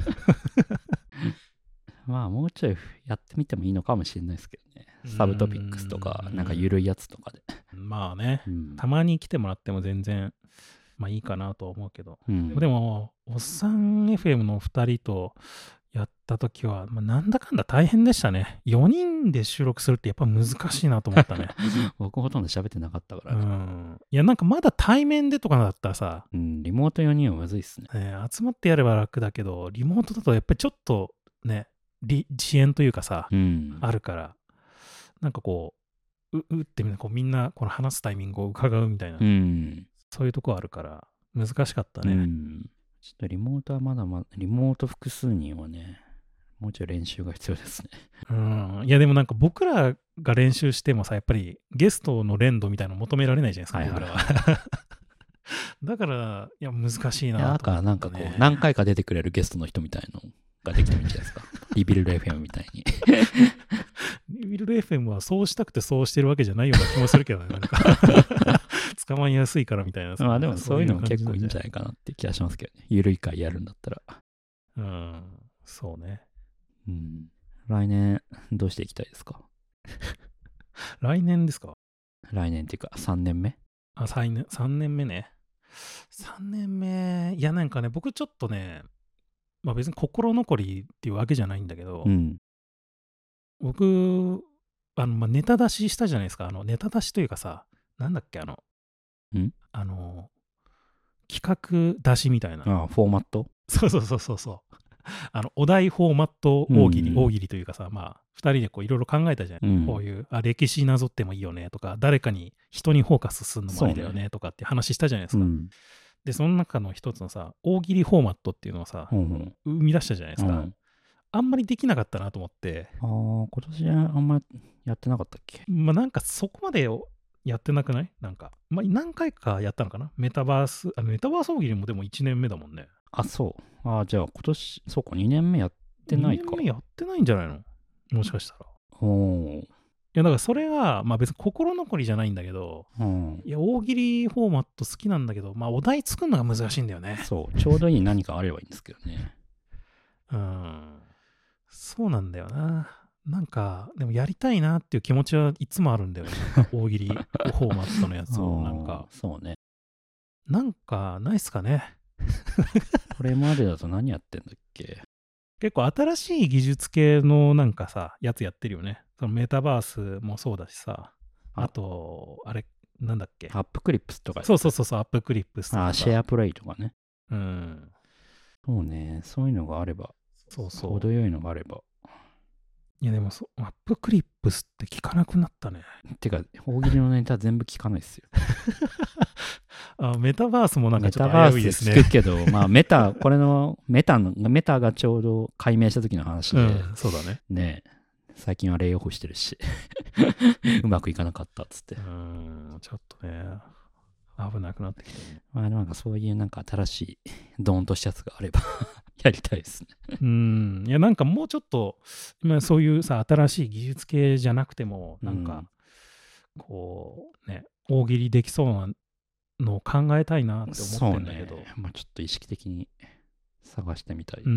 まあもうちょいやってみてもいいのかもしれないですけどね。サブトピックスとか、なんか緩いやつとかで。 まあね、うん、たまに来てもらっても全然、まあいいかなと思うけど。うん、でも、おっさん エフエム のふたりとやったときは、まあ、なんだかんだ大変でしたね。よにんで収録するってやっぱ難しいなと思ったね。 僕ほとんど喋ってなかったから、ね。 うん。いや、なんかまだ対面でとかだったらさ、 うん、リモートよにんはむずいっすね。 ね、集まってやれば楽だけど、リモートだとやっぱりちょっとね、遅延というかさ、うん、あるから、なんかこう、う、うってみんな、こうみんなこの話すタイミングを伺うみたいな、うん、そういうとこあるから難しかったね。うん、 ちょっとリモートはまだまだ、リモート複数人はね、もうちょい練習が必要ですね。 うん。いやでもなんか僕らが練習してもさ、やっぱりゲストの連動みたいなの求められないじゃないですか、はいはい、僕らは。だから、いや難しいなと、ね。 だからなんかこう、何回か出てくれるゲストの人みたいのができてもいいんじゃないですか。リビルド エフエム みたいに。 リビルド エフエム はそうしたくてそうしてるわけじゃないような気もするけどね。なんか捕まえやすいからみたいな。 まあでもそういうのも結構いいんじゃないかなって気がしますけどね。ゆるい回やるんだったら。 うん、そうね。 うん。来年どうしていきたいですか？ 来年ですか？ 来年っていうかさんねんめ？ あ、さんねん、さんねんめね。さんねんめ、いやなんかね、僕ちょっとね、まあ別に心残りっていうわけじゃないんだけど、うん、僕、あの、まあ、ネタ出ししたじゃないですか。あの、ネタ出しというかさ、なんだっけ、あの、 んあの、企画出しみたいな。 ああ、フォーマット？ そうそうそうそうそう。あの、お題フォーマット大喜利、うん、大喜利というかさ、まあ、二人でこういろいろ考えたじゃない、うん、こういう、あ、歴史なぞってもいいよねとか、誰かに人にフォーカスするのもありだよねとかって話したじゃないですか。うん、で、その中の一つのさ、大喜利フォーマットっていうのをさ、うん、生み出したじゃないですか。うん、あんまりできなかったなと思って。 ああ、今年あんまやってなかったっけ？ まあなんかそこまでやってなくない？なんか、まあ何回かやったのかな？メタバース、あ、メタバース大喜利もでもいちねんめだもんね。 あ、そう。ああ、じゃあ今年、そうか、にねんめやってないか。 にねんめやってないんじゃないの？もしかしたら。おいやだからそれは、まあ別に心残りじゃないんだけど、うん、いや大喜利フォーマット好きなんだけど、まあお題作るのが難しいんだよね。 そう、ちょうどいい何かあればいいんですけどね。 うん。 そうなんだよな。なんか、でもやりたいなっていう気持ちはいつもあるんだよね。なんか大喜利フォーマットのやつを、なんか、 そうね。 なんか、ないっすかね。 これまでだと何やってんだっけ？ 結構新しい技術系のなんかさ、やつやってるよね。そのメタバースもそうだしさ、あと、あれ、なんだっけ。 アップクリップスとか。 そうそうそうそう、アップクリップスとか。 あ、シェアプレイとかね。 うん。 そうね。そういうのがあれば。 そうそう。 程よいのがあれば。 いやでもそ、アップクリップスって聞かなくなったね。 てか、大喜利のネタ全部聞かないですよ。 あ、メタバースもなんかちょっとメタバ危ういですね。 ース聞くけど、まあメタ、これのメタの、メタがちょうど解明した時の話で、 うん、そうだね。 ね、最近はレイオフしてるし、うまくいかなかったっつって。 うん、ちょっとね、危なくなってきてね。 まあなんかそういうなんか新しいドーンとしたやつがあればやりたいですね。 うん、いやなんかもうちょっと、まあ、そういうさ、新しい技術系じゃなくても、なんか、こうね、大喜利できそうなのを考えたいなって思ってるんだけど。 そうね。まあちょっと意識的に探してみたい。 うん。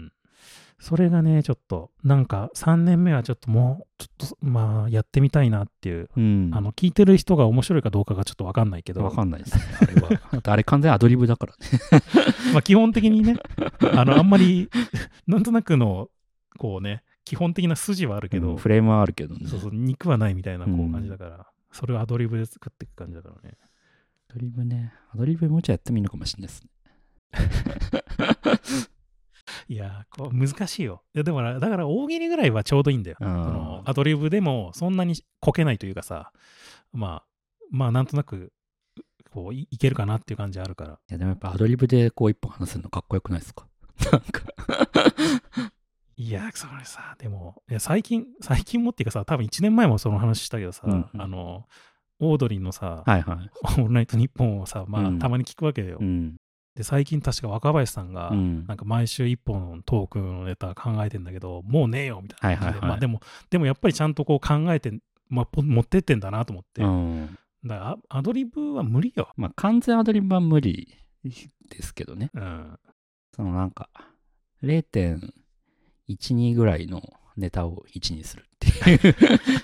それがね、ちょっと、なんかさんねんめはちょっともう、ちょっと、まあ、やってみたいなっていう、 うん、 あの、聞いてる人が面白いかどうかがちょっとわかんないけど。 わかんないですね、あれは。だってあれ完全アドリブだからね。 まあ、基本的にね、あの、あんまり、なんとなくの、こうね、基本的な筋はあるけど、 うん、フレームはあるけどね。 そうそう、肉はないみたいなこううん感じだから、それをアドリブで作っていく感じだからね。 アドリブね。アドリブもうちょいやってみるのかもしれないですね。 いやー、こう難しいよ。いや、でもな、だから大喜利ぐらいはちょうどいいんだよ。そのアドリブでもそんなにこけないというかさ、まあ、まあ、なんとなく、こうい、いけるかなっていう感じあるから。 いや、でもやっぱアドリブでこう一本話せるのかっこよくないですか？なんかいや、それさ、でも、いや最近、最近もっていうかさ、多分いちねんまえもその話したけどさ、 うんうん、 あの、オードリーのさ、 はいはい、 オールナイトニッポンをさ、まあ、 うん、 たまに聞くわけよ。 うん、 で、最近確か若林さんが、 うん、 なんか毎週一本のトークのネタ考えてんだけど、もうねえよみたいな感じで、 はいはいはい、 まあでも、でもやっぱりちゃんとこう考えて、まあ、持ってってんだなと思って。 うん、 だからアドリブは無理よ。 まあ完全アドリブは無理ですけどね。 うん。 そのなんか れいてんいちに ぐらいのネタをいちにするっていう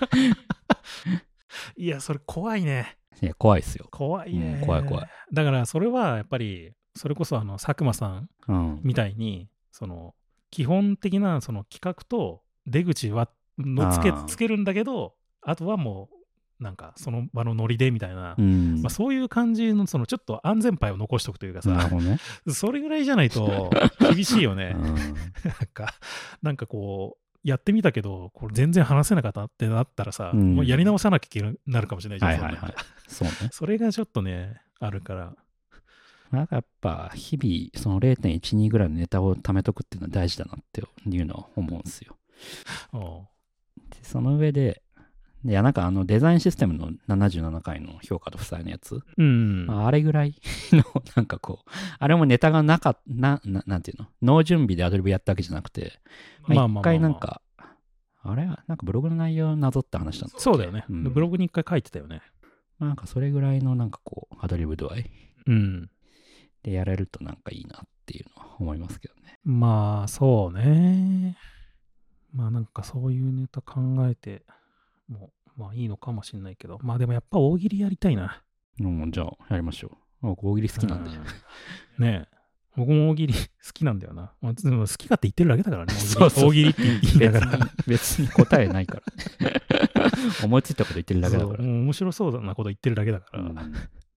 いや、それ怖いね。 いや、怖いですよ。 怖いね、 うん、怖い怖い。 だからそれはやっぱり、それこそあの佐久間さんみたいに、うん、その基本的なその企画と出口はのつけつけるんだけど、あとはもうなんかその場のノリでみたいな、うん、まあ、そういう感じのそのちょっと安全牌を残しておくというかさ、 なるほどね、それぐらいじゃないと厳しいよね。うん、なんかなんかこうやってみたけど、これ全然話せなかったってなったらさ、うん、もうやり直さなきゃいけなるかもしれないじゃん。 はいはいはい。そうね。 それがちょっとね、あるから。 なんかやっぱ、日々、その れいてんいちに ぐらいのネタを貯めとくっていうのは大事だなっていうのは思うんですよ。でその上で、いや、なんかあのデザインシステムのななじゅうななかいの評価と負債のやつ、 うんまあ、あれぐらいの、なんかこう、あれもネタがなかった、な、ななんていうの、ノー準備でアドリブやったわけじゃなくて、まあ、一回なんか、あれはなんかブログの内容をなぞった話なんだっけ？ そうだよね、うん。ブログに一回書いてたよね。 なんかそれぐらいのなんかこう、アドリブ度合い、 うん、 でやれるとなんかいいなっていうのは思いますけどね。 まあ、そうね。まあなんかそういうネタ考えて、もう、まあいいのかもしれないけど、まあでもやっぱ大喜利やりたいな。 うん、じゃあやりましょう。僕大喜利好きなんで。 うん、ねえ。僕も大喜利好きなんだよな。まあ、好きかって言ってるだけだからね。 そうそう、 大喜利って言いながら。 別に答えないから、ね。思いついたこと言ってるだけだから。 もう面白そうなこと言ってるだけだから。うん、 ま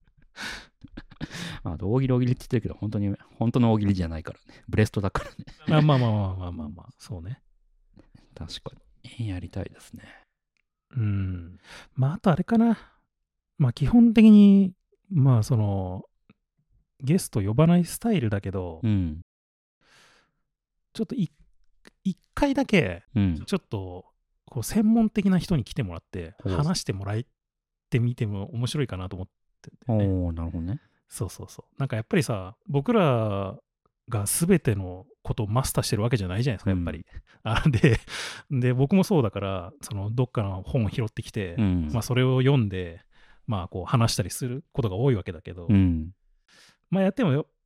あ、大喜利大喜利って言ってるけど、本当に、本当の大喜利じゃないからね。ブレストだからね。 あまあまあまあまあまあまあ、そうね。 確かに。やりたいですね。 うん。まあ、あとあれかな。まあ、基本的に、まあ、その、ゲスト呼ばないスタイルだけど、 うん、 ちょっと一回だけ、ちょっと、こう専門的な人に来てもらって、話してもらってみても面白いかなと思ってて、ね。 おー、なるほどね。 そうそうそう。なんかやっぱりさ、僕らが全てのことをマスターしてるわけじゃないじゃないですか、やっぱり。うん、あでで、僕もそうだから、そのどっかの本を拾ってきて、うん、まあ、それを読んで、まあ、こう話したりすることが多いわけだけど、うん、まあ、やっても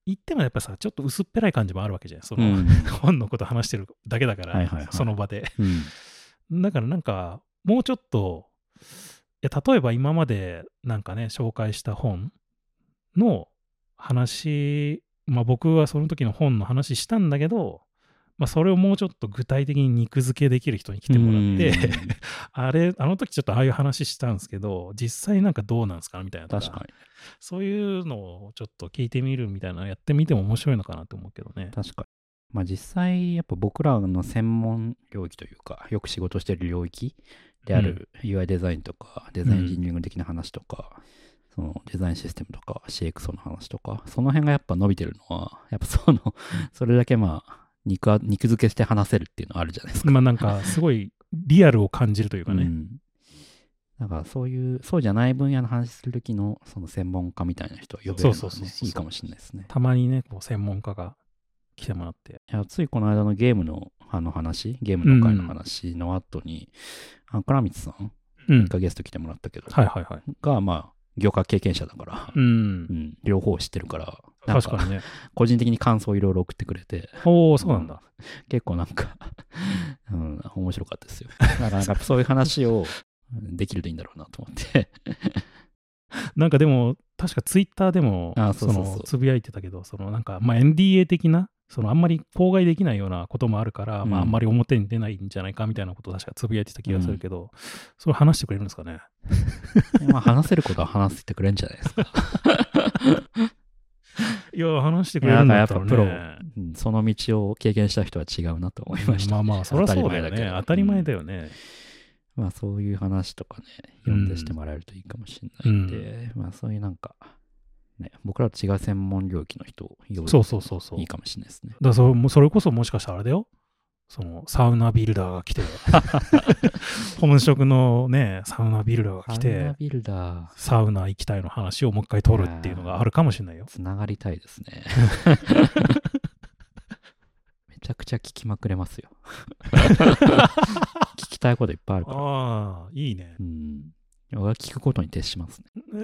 言ってもやっぱさ、ちょっと薄っぺらい感じもあるわけじゃん。その、 うん本のこと話してるだけだから、 はいはいはいその場で。 うんだからなんか、もうちょっと、いや例えば今までなんかね、紹介した本の話、まあ僕はその時の本の話したんだけど、まあそれをもうちょっと具体的に肉付けできる人に来てもらって、あれ、あの時ちょっとああいう話したんですけど、実際なんかどうなんですかみたいなとか。 確かに。 そういうのをちょっと聞いてみるみたいなのやってみても面白いのかなと思うけどね。 確かに。まあ実際、やっぱ僕らの専門領域というか、よく仕事してる領域である ユーアイ デザインとか、デザインエンジニアリング的な話とか、そのデザインシステムとか シーエックスオー の話とか、その辺がやっぱ伸びてるのは、やっぱその、それだけまあ、肉あ肉付けして話せるっていうのはあるじゃないですか。 まあなんかすごいリアルを感じるというかね。 うんだからそういう、そうじゃない分野の話するときの、その専門家みたいな人を呼べるのは、 そうそうそうね、 そういいかもしれないですね。 たまにね、こう専門家が来てもらって。 いやついこの間のゲームのあの話、ゲームの会の話の後に、うん、倉光さん、 うん、 一回ゲスト来てもらったけど、 はいはいはい。 が、まあ、業界経験者だから、 うんうん、両方知ってるから、なんか確かにね。 個人的に感想をいろいろ送ってくれて、 おお、そうなんだ。 うん結構なんか、うん、面白かったですよ。なかなかそういう話をできるといいんだろうなと思って。 なんかでも、確かツイッターでも、 あそうそうそうそのつぶやいてたけど、そのなんか、まあ、エヌディーエー 的な、そのあんまり口外できないようなこともあるから、 うんまあ、あんまり表に出ないんじゃないかみたいなことを確かつぶやいてた気がするけど、うん、それ話してくれるんですかね。 まあ話せることは話してくれるんじゃないですか。 いや、話してくれるんだったらね。 やっぱプロ、うん、その道を経験した人は違うなと思いました、 ね。まあまあ、そりゃそうだよね。当たり前だよね。 うん、まあそういう話とかね、読んでしてもらえるといいかもしれないんで、うん、まあそういうなんか、ね、僕らと違う専門領域の人を呼ぶといいかもしれないですね。 だからそ、それこそもしかしたらあれだよ。そのサウナビルダーが来て、本職のね、サウナビルダーが来て、 サウナビルダー。 サウナ行きたいの話をもう一回取るっていうのがあるかもしれないよ。 つながりたいですね。めちゃくちゃ聞きまくれますよ。聞きたいこといっぱいあるから。 ああ、いいね。 うん。俺は聞くことに徹しますね。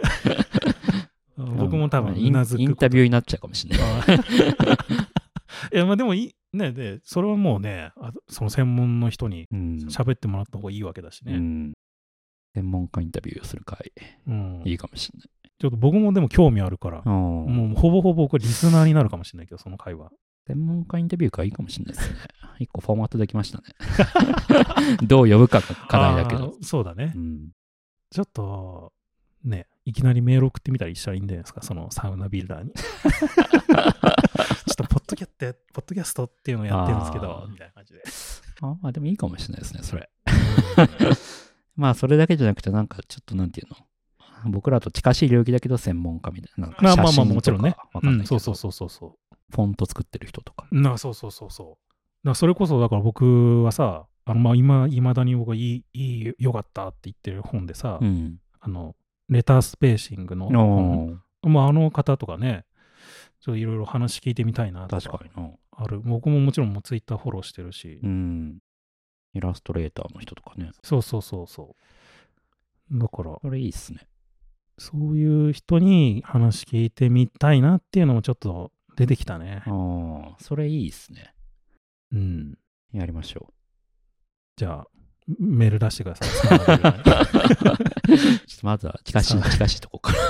僕も多分うなずくインタビューになっちゃうかもしれない。 いや、まあでもいい、ね、で、それはもうね、あその専門の人に喋ってもらった方がいいわけだしね。 うん、専門家インタビューをする回、うん、いいかもしれない。 ちょっと僕もでも興味あるから、もうほぼほぼ僕はリスナーになるかもしれないけど、その回は。 専門家インタビュー会いいかもしれないですね。一個フォーマットできましたね。どう呼ぶかが課題だけど。 そうだね、 うん。 ちょっと、ね、いきなりメール送ってみたりしたらいいんじゃないですか、そのサウナビルダーに。ちょっとポッドキャスト、ポッドキャストっていうのをやってるんですけど、みたいな感じで。 ああ、でもいいかもしれないですね、それ。まあ、それだけじゃなくて、なんかちょっとなんていうの、僕らと近しい領域だけど専門家みたいな。なんか写真とかまあまあまあもちろんね。 わかんないけど、 うん、そうそうそうそう。 フォント作ってる人とか。 なそうそうそうそう。だからそれこそ、だから僕はさ、あのまあ今、いまだに僕がいい、いい、よかったって言ってる本でさ、 うん、 あの、レタースペーシングの本、まあ、あの方とかね、ちょっといろいろ話聞いてみたいなとか。 確かにな。 ある。僕ももちろんもうツイッターフォローしてるし。 うん。イラストレーターの人とかね。 そうそうそうそう。だから。 それいいっすね。 そういう人に話聞いてみたいなっていうのもちょっと出てきたね。 ああ、それいいっすね。 うん。 やりましょう。 じゃあ、メール出してください。ちょっとまずは近しい、近しいとこから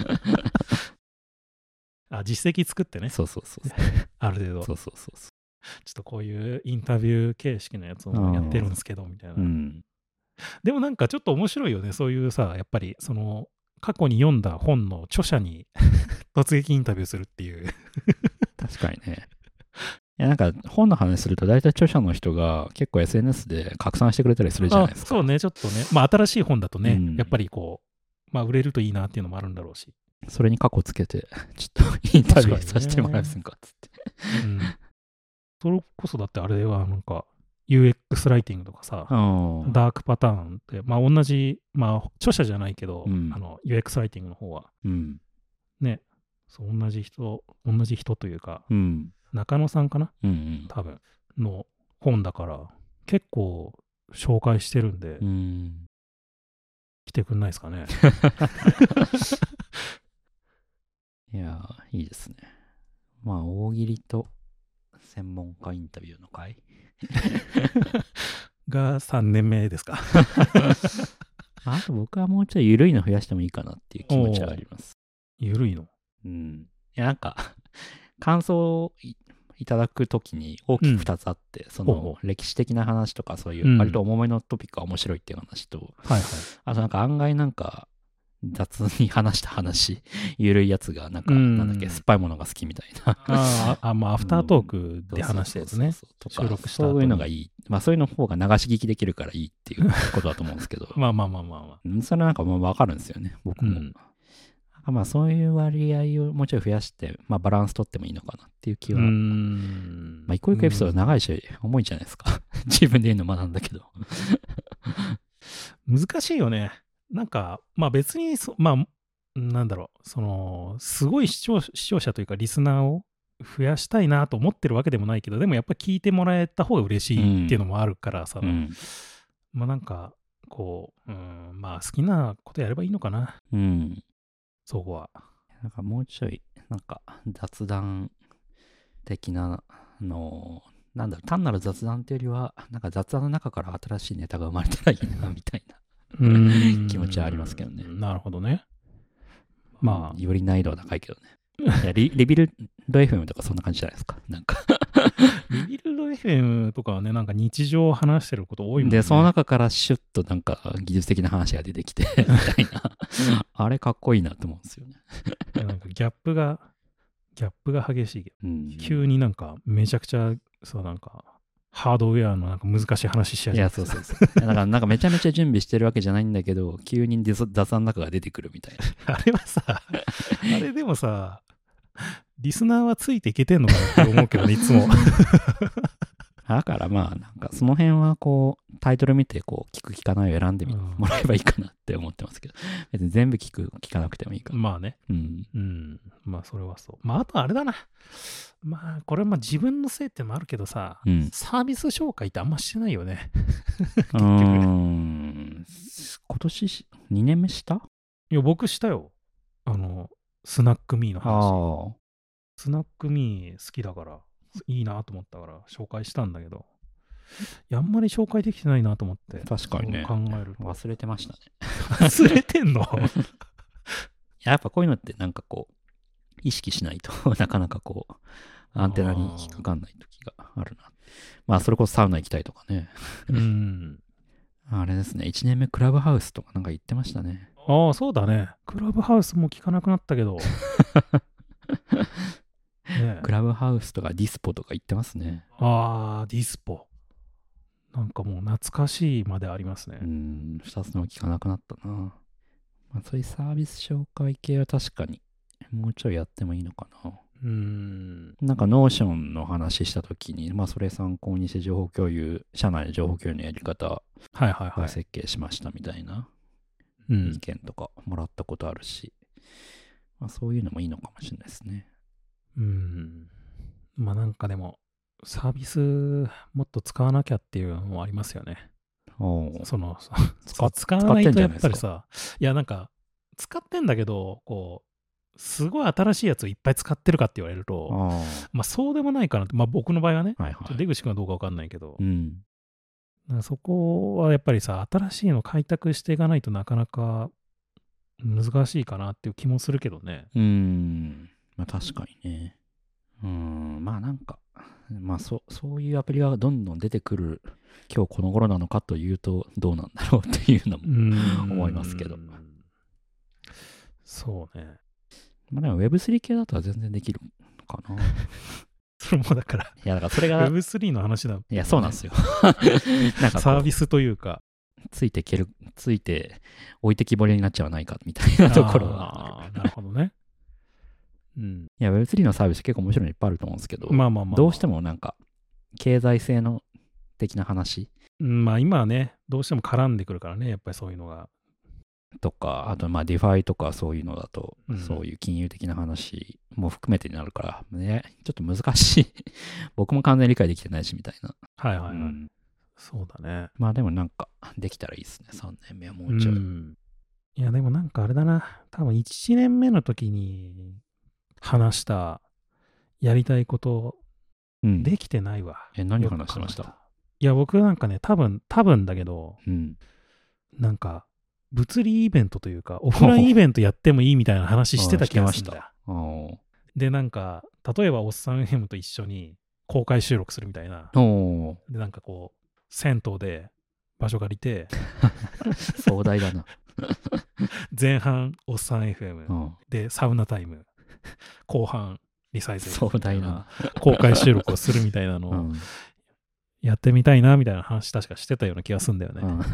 あ、実績作ってね。 そうそうそう。 ある程度。 そうそうそう。ちょっとこういうインタビュー形式のやつをやってるんですけど、みたいな。うん、でもなんかちょっと面白いよね。そういうさ、やっぱりその、過去に読んだ本の著者に突撃インタビューするっていう。 確かにね。いやなんか本の話すると大体著者の人が結構 エスエヌエス で拡散してくれたりするじゃないですか。 そうね、ちょっとね。まあ新しい本だとね、うん、やっぱりこう、まあ売れるといいなっていうのもあるんだろうし。 それに過去つけて、ちょっとインタビューさせてもらえませんかっつって。 うん。それこそだってあれはなんか ユーエックス ライティングとかさ、ダークパターンって、まあ同じ、まあ著者じゃないけど、うん、あの ユーエックス ライティングの方は、うん、ね、そう同じ人、同じ人というか、うん、中野さんかな、うんうん、多分の本だから結構紹介してるんで、うん、来てくんないですかね。 いやーいいですね。 まあ、大喜利と専門家インタビューの回がさんねんめですか。 あと僕はもうちょい緩いの増やしてもいいかなっていう気持ちはあります。 ゆるいの。 うん。いや、なんか、感想を い, いただくときに大きくふたつあって、うん、その歴史的な話とかそういう割と重めのトピックが面白いっていう話と、 うん、はいはい、 あとなんか案外なんか雑に話した話、ゆるいやつがなんか、うん、なんだっけ、酸っぱいものが好きみたいな。 ああ、まあアフタートークで話したやつね。 収録した後にそういうのがいい。まあそういうの方が流し聞きできるからいいっていうことだと思うんですけど。 まあまあまあまあまあ。それなんかまあ分かるんですよね、僕も。うんまあそういう割合をもうちょい増やして、まあバランス取ってもいいのかなっていう気は。うーんまあ一個一個エピソード長いし、重いじゃないですか。自分で言うの学んだけど。 難しいよね。なんか、まあ別にそ、まあ、なんだろう、その、すごい視聴視聴者というかリスナーを増やしたいなと思ってるわけでもないけど、でもやっぱ聞いてもらえた方が嬉しいっていうのもあるからさ、うん、まあなんか、こう、うん、まあ好きなことやればいいのかな。うん。そこは。 なんかもうちょい、なんか雑談的なの、なんだろう、単なる雑談っていうよりは、なんか雑談の中から新しいネタが生まれたらいいな、みたいな気持ちはありますけどね。 なるほどね。まあ。 より難易度は高いけどね。いやリ、リビルド エフエム とかそんな感じじゃないですか。なんかリビルド エフエム とかはね、なんか日常を話してること多いもんね。 で、その中からシュッとなんか技術的な話が出てきて、みたいな。あれかっこいいなと思うんですよね。 なんかギャップが、ギャップが激しいけど、うん、急になんかめちゃくちゃ、そうなんか、ハードウェアのなんか難しい話しちゃう。 いや、そうそうそう。だからなんかめちゃめちゃ準備してるわけじゃないんだけど、急に雑談の中が出てくるみたいな。あれはさ、あれでもさ、リスナーはついていけてんのかなって思うけどね、いつも。 だからまあ、なんかその辺はこう、タイトル見てこう、聞く聞かないを選んでもらえばいいかなって思ってますけど、別に全部聞く、聞かなくてもいいから。 まあね。うん。うん。まあそれはそう。まああとあれだな。まあこれはまあ自分のせいってのもあるけどさ、うん、サービス紹介ってあんましてないよね。結局。うーん。 今年にねんめした？ いや、僕したよ。あの、スナックミーの話。スナックミー好きだから、いいなと思ったから紹介したんだけど、いや、あんまり紹介できてないなと思って。 確かにね。 考えると。 忘れてましたね。 忘れてんのやっぱこういうのってなんかこう、意識しないとなかなかこう、アンテナに引っかかんない時があるな。まあ、それこそサウナ行きたいとかね。うん。あれですね、いちねんめクラブハウスとかなんか言ってましたね。 ああ、そうだね。クラブハウスも聞かなくなったけど。 ね、クラブハウスとかディスポとか言ってますね。 ああ、ディスポ。なんかもう懐かしいまでありますね。 うん、二つの聞かなくなったな。まあ、そういうサービス紹介系は確かにもうちょいやってもいいのかな。うん。なんかノーションの話したときに、まあそれ参考にして情報共有、社内の情報共有のやり方を設計しましたみたいな意見とかもらったことあるし、まあそういうのもいいのかもしれないですね。 うん。まあなんかでも、サービスもっと使わなきゃっていうのもありますよね。その、使, 使わないとやっぱりさ、いやなんか、使ってんだけど、こう、すごい新しいやつをいっぱい使ってるかって言われると、まあそうでもないかなって、まあ僕の場合はね、はいはい、出口君はどうかわかんないけど、うん、そこはやっぱりさ、新しいの開拓していかないとなかなか難しいかなっていう気もするけどね。 うん。まあ確かにね。うん、まあなんか、まあそ、そういうアプリがどんどん出てくる今日この頃なのかというとどうなんだろうっていうのも思いますけど。 そうね。 まあでも ウェブスリー 系だったら全然できるかな。 それもだから。 いやだからそれが。 ウェブスリー の話だ、ね。 いやそうなんですよ。 なんかサービスというか。 ついてける、ついて置いてきぼりになっちゃわないかみたいなところは。 ああ、なるほどね。 うん、いや ウェブスリー のサービス結構面白いのいっぱいあると思うんですけど、 まあまあまあ、 どうしてもなんか経済性の的な話、 うん、まあ今はねどうしても絡んでくるからねやっぱりそういうのがとか、あとまあディファイとかそういうのだと、うん、そういう金融的な話も含めてになるからね、ちょっと難しい僕も完全に理解できてないしみたいな。 はいはいはい、うん、そうだね。 まあでもなんかできたらいいですね。さんねんめはもうちょい、うん、 いやでもなんかあれだな、多分いちねんめの時に話したやりたいことうん。 できてないわ。 え、何よく話してました？ 考えたらいや、僕なんかね、多分、多分だけど、 うん。 なんか、物理イベントというか、オフラインイベントやってもいいみたいな話してた気がするんだよ。 あーで、なんか、例えば、おっさん エフエム と一緒に公開収録するみたいな。 おーで、なんかこう、銭湯で場所借りて、 壮大だな。 前半、おっさん エフエム、 うん。 で、サウナタイム、後半、リサイクル壮大だな。 公開収録をするみたいなのをうん。 やってみたいなみたいな話確かしてたような気がするんだよね。 うん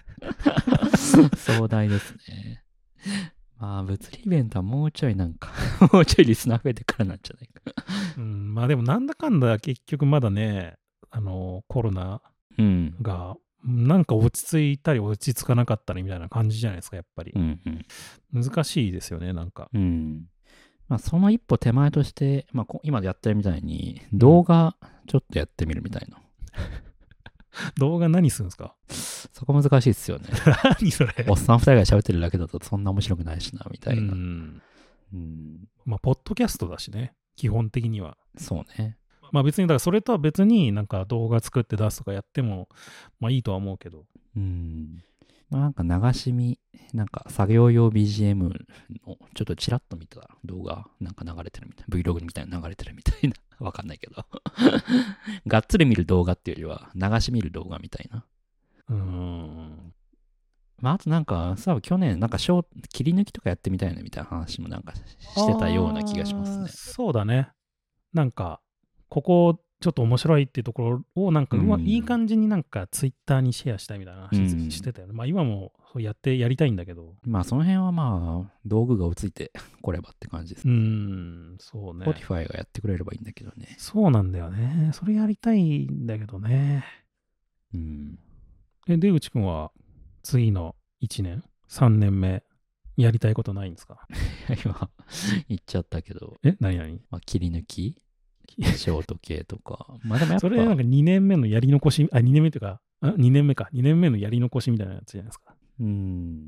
壮大ですね。まあ、物理イベントはもうちょいなんか、もうちょいリスナー増えてからなんじゃないか。 うん、まあでもなんだかんだ結局まだね、あのコロナうん。 がなんか落ち着いたり落ち着かなかったりみたいな感じじゃないですか、やっぱりう。んうん。 難しいですよね、なんか。 うん。まあ、その一歩手前として、まあ、こ今やってるみたいに、動画ちょっとやってみるみたいな。 動画何するんですか？ そこ難しいっすよね。 何それ？ おっさん二人が喋ってるだけだとそんな面白くないしな、みたういな。 ん。 うん。 まあ、ポッドキャストだしね、基本的には。 そうね。 まあ別に、だからそれとは別になんか動画作って出すとかやっても、まあいいとは思うけど。 うん。まあなんか流し見、なんか作業用 ビージーエム のちょっとチラッと見た動画なんか流れてるみたいな、Vlog みたいな流れてるみたいな、わかんないけど。がっつり見る動画っていうよりは流し見る動画みたいな。 うーん。 まああとなんかさ、去年なんかショー切り抜きとかやってみたいねみたいな話もなんかしてたような気がしますね。 あーそうだね。なんか、ここちょっと面白いっていうところをなんかうま、 うんいい感じになんかツイッターにシェアしたいみたいな話うんしてたよね。まあ今もそうやってやりたいんだけど。 まあその辺はまあ道具が追いついてこればって感じですうーね。 ん、そうね。 Spotify がやってくれればいいんだけどね。 そうなんだよね。それやりたいんだけどね。 うん。 え、出口くんは次のいちねん、さんねんめ、やりたいことないんですか？ 今言っちゃったけど、 え、何何まあ、切り抜きショート系とか。まあでもやっぱ、 それなんかにねんめのやり残し、あ、にねんめというか、あにねんめか。にねんめのやり残しみたいなやつじゃないですか。 うん。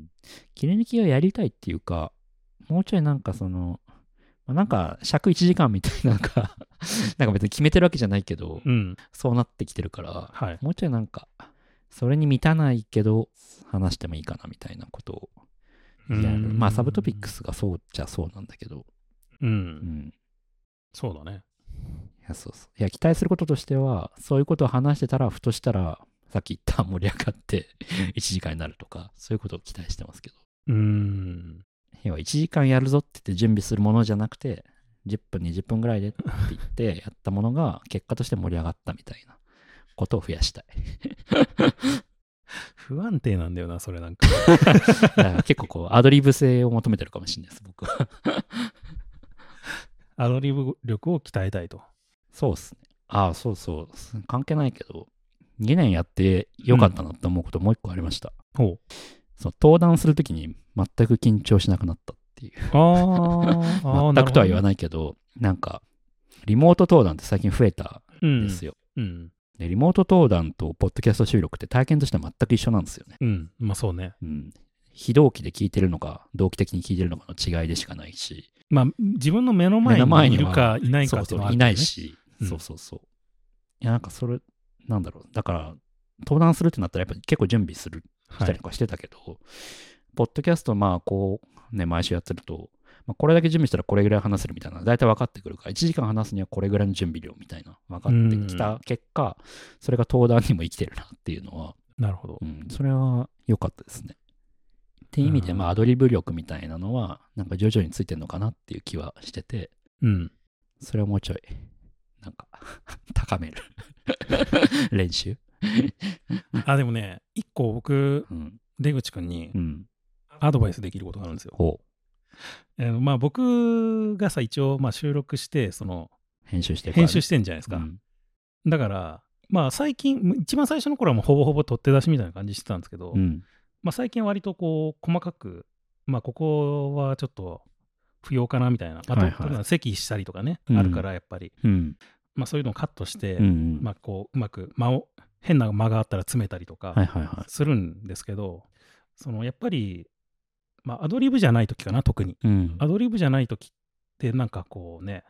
切り抜きをやりたいっていうか、もうちょいなんかその、まあなんか尺いちじかんみたいななんか、なんか別に決めてるわけじゃないけど、 うん。 そうなってきてるから、 はい。 もうちょいなんか、それに満たないけど、話してもいいかなみたいなことをやる。 うんまあサブトピックスがそうじゃそうなんだけど、 うん。 うん。 そうだね。 いや、そうそう。いや、期待することとしては、そういうことを話してたら、ふとしたら、さっき言った盛り上がっていちじかんになるとか、そういうことを期待してますけど。 うーん。 要はいちじかんやるぞって言って準備するものじゃなくて、じゅっぷん、にじゅっぷんぐらいでって言ってやったものが、結果として盛り上がったみたいなことを増やしたい。 不安定なんだよな、それなんか。 だから結構こう、アドリブ性を求めてるかもしれないです、僕は。 アドリブ力を鍛えたいと。 そうっすね。ああ、そうそう。関係ないけど、にねんやってよかったなって思うこともう一個ありました。 ほう。 その登壇するときに全く緊張しなくなったっていう。 あーあー、 全くとは言わい。 ないけど、なんか、リモート登壇って最近増えたうんんですよ。 うん。 で、リモート登壇とポッドキャスト収録って体験としては全く一緒なんですよね。 うん。まあそうね。 うん。非同期で聞いてるのか、同期的に聞いてるのかの違いでしかないし。 まあ自分の目の前目の前ににいるかはいないかっていうのはあるいけどねないし、 うんそうそうそう。いや、なんかそれ、なんだろう。だから、登壇するってなったらやっぱり結構準備する、しはいたりと。かしてたけど、ポッドキャスト、まあ、こう、ね、毎週やってると、まあ、これだけ準備したらこれぐらい話せるみたいな、大体分かってくるから、いちじかん話すにはこれぐらいの準備量みたいな、分かってきた結果、それが登壇にも生きてるなっていうのは、 なるほどう。ん、それは良かったですね。っていう意味で、 うんまあ、アドリブ力みたいなのは、なんか徐々についてるのかなっていう気はしてて、 うん。 それをもうちょい、なんか、高める練習。 あ、でもね、一個僕、 うん。 出口くんにうん。 アドバイスできることがあるんですよ。 ほう。 えーまあ僕がさ、一応まあ収録して、その、 編集してるからね編集してんじゃないですか。 うんだから、まあ最近、一番最初の頃はもうほぼほぼ取って出しみたいな感じしてたんですけど、 うん。 まあ最近は割とこう、細かく、まあここはちょっと不要かなみたいな、まあはいはいととりあえず席したりとかね、 うんあるからやっぱり、 うん。 まあそういうのをカットして、 うんうん。 まあこう、うまく間を、変な間があったら詰めたりとかはいはいはするんですけど、そのやっぱり、まあアドリブじゃない時かな、特に。 い。うん。 アドリブじゃない時ってなんかこうね、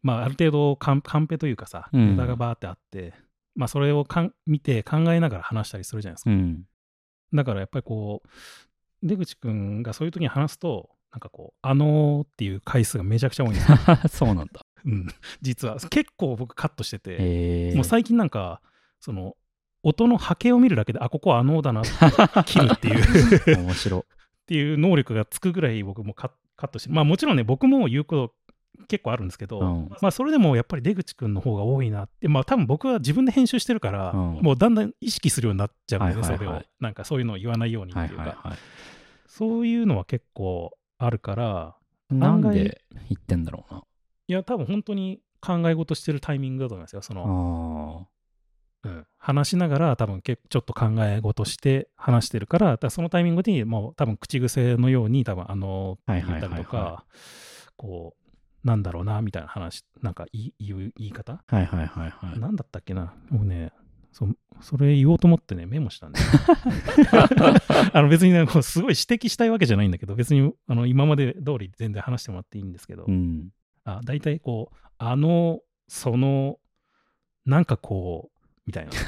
まあ、ある程度カン、カンペというかさ、 うんネタがバーってあって、まあ、それをかん見て考えながら話したりするじゃないですか。 うん。 だからやっぱりこう、出口くんがそういう時に話すと、なんかこう、あのーっていう回数がめちゃくちゃ多いんですよ。 そうなんだ。 うん、実は。結構僕カットしてて、 へえ。 もう最近なんか、その、音の波形を見るだけで、あ、ここはあのーだなって切るっていう面白。 っていう能力がつくぐらい僕もカカットして、まあもちろんね、僕も言うこと結構あるんですけど、 うんまあそれでもやっぱり出口くんの方が多いなって、まあ多分僕は自分で編集してるから、 うんもうだんだん意識するようになっちゃうんだよね、 はいはいはいそれを。なんかそういうのを言わないようにっていうか、 はいはいはい。 そういうのは結構あるから、 なんで言ってんだろうな。 いや多分本当に考え事してるタイミングだと思いますよ。その、 あうん、話しながら多分けちょっと考え事して話してるから、だからそのタイミングにもう多分口癖のように多分あのはい言ったりとはいはいはか、こうなんだろうなみたいな話、なんか言い言う言い方、 あ。はいはいはいはい。 なんだったっけな、僕ね、そそれ言おうと思ってね、メモしたんで、あの別にね、こうすごい指摘したいわけじゃないんだけど、別にあの今まで通り全然話してもらっていいんですけど、 うん。 あ大体こう、あの、その、なんかこう、みたいな。 い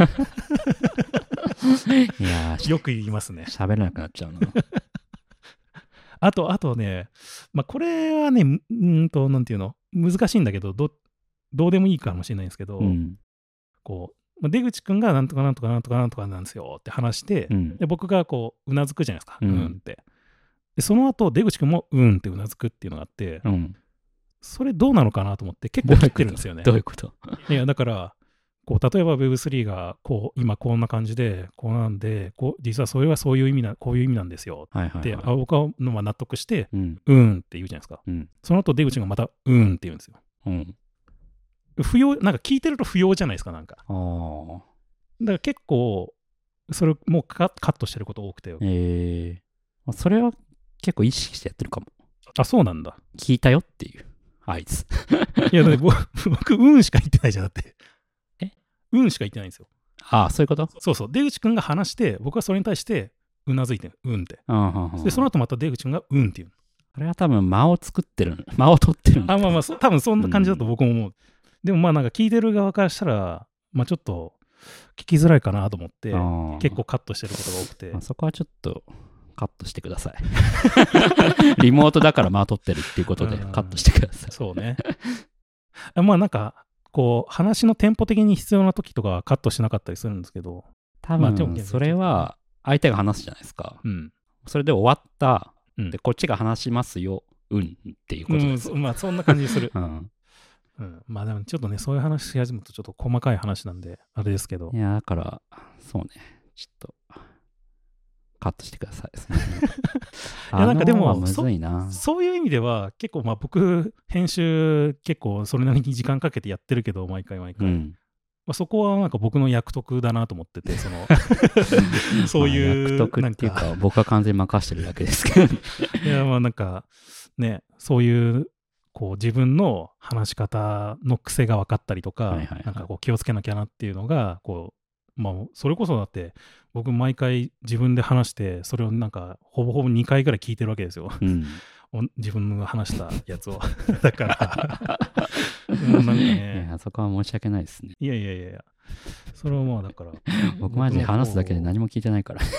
やー、 よく言いますね。 喋れなくなっちゃうな。 あと、あとね、まあ、これはね、んーんと、なんていうの、難しいんだけど、どどうでもいいかもしれないんですけど、 うん。 こう、まあ出口くんがなんとかなんとかなんとかなんとかなんですよって話して、 うん。 で僕がこう、うなずくじゃないですか、 ううんんって。で、その後、出口くんもうんってうなずくっていうのがあって、 うん。 それどうなのかなと思って結構切ってるんですよね。 どういうこと？ いや、だから、こう例えば ウェブスリー がこう今こんな感じで、こうなんで、こう実はそれはそういう意味な、こういう意味なんですよって、 はいはいはい。 あ僕はのは納得して、 うん。 うんって言うじゃないですか。 うん。 その後出口がまたうんって言うんですよ。 うん。 不要、なんか聞いてると不要じゃないですか、なんか。 ああ。 だから結構、それもうカカットしてること多くて。 ええー。それは結構意識してやってるかも。 あ、そうなんだ。 聞いたよっていう合図。 いや、だって僕、僕うんしか言ってないじゃん、だって。 えうんしか言ってないんですよ。 ああ、そういうこと？ そうそう。出口くんが話して、僕はそれに対してうなずいてる。うんって。 ああ。 で、その後また出口くんがうんって言う。 あれは多分間を作ってる、間を取ってるんだ。 あ、まあまあ、そ多分そんな感じだと僕も思う。でもまあなんか聞いてる側からしたら、まあちょっと聞きづらいかなと思って、 あー結構カットしてることが多くてまあ。そこはちょっとカットしてください。リモートだから間を取ってるっていうことでうんカットしてください。 そうね。あまあなんか、こう、話のテンポ的に必要な時とかはカットしなかったりするんですけど、 多まあでも分それは相手が話すじゃないですか。 うん。 それで終わった。 うんで、こっちが話しますよ。うんっていうことですよ。 うん、まあそんな感じする。 うん。 うん、まあでもちょっとね、そういう話し始めるとちょっと細かい話なんで、あれですけどい。や、だから、そうね。ちょっと、カットしてください。その辺いやなんかでもあのはむずいな。 そういう意味では、結構まあ僕、編集結構それなりに時間かけてやってるけど、毎回毎回。 うん。 まあ、そこはなんか僕の役得だなと思ってて、そのそういう、 まあ役得っていうか、僕は完全に任してるだけですけど。 いやまあなんかね、そういうこう自分の話し方の癖が分かったりとか、 はいはいはいなんかこう気をつけなきゃなっていうのが、こう、まあそれこそだって僕毎回自分で話して、それをなんかほぼほぼにかいぐらい聞いてるわけですよ。 うん。 お自分が話したやつを。だから、もうなんかいね、 や、そこは申し訳ないですね。 いやいやいやいや、それはまあだから、 僕マジで話すだけで何も聞いてないから。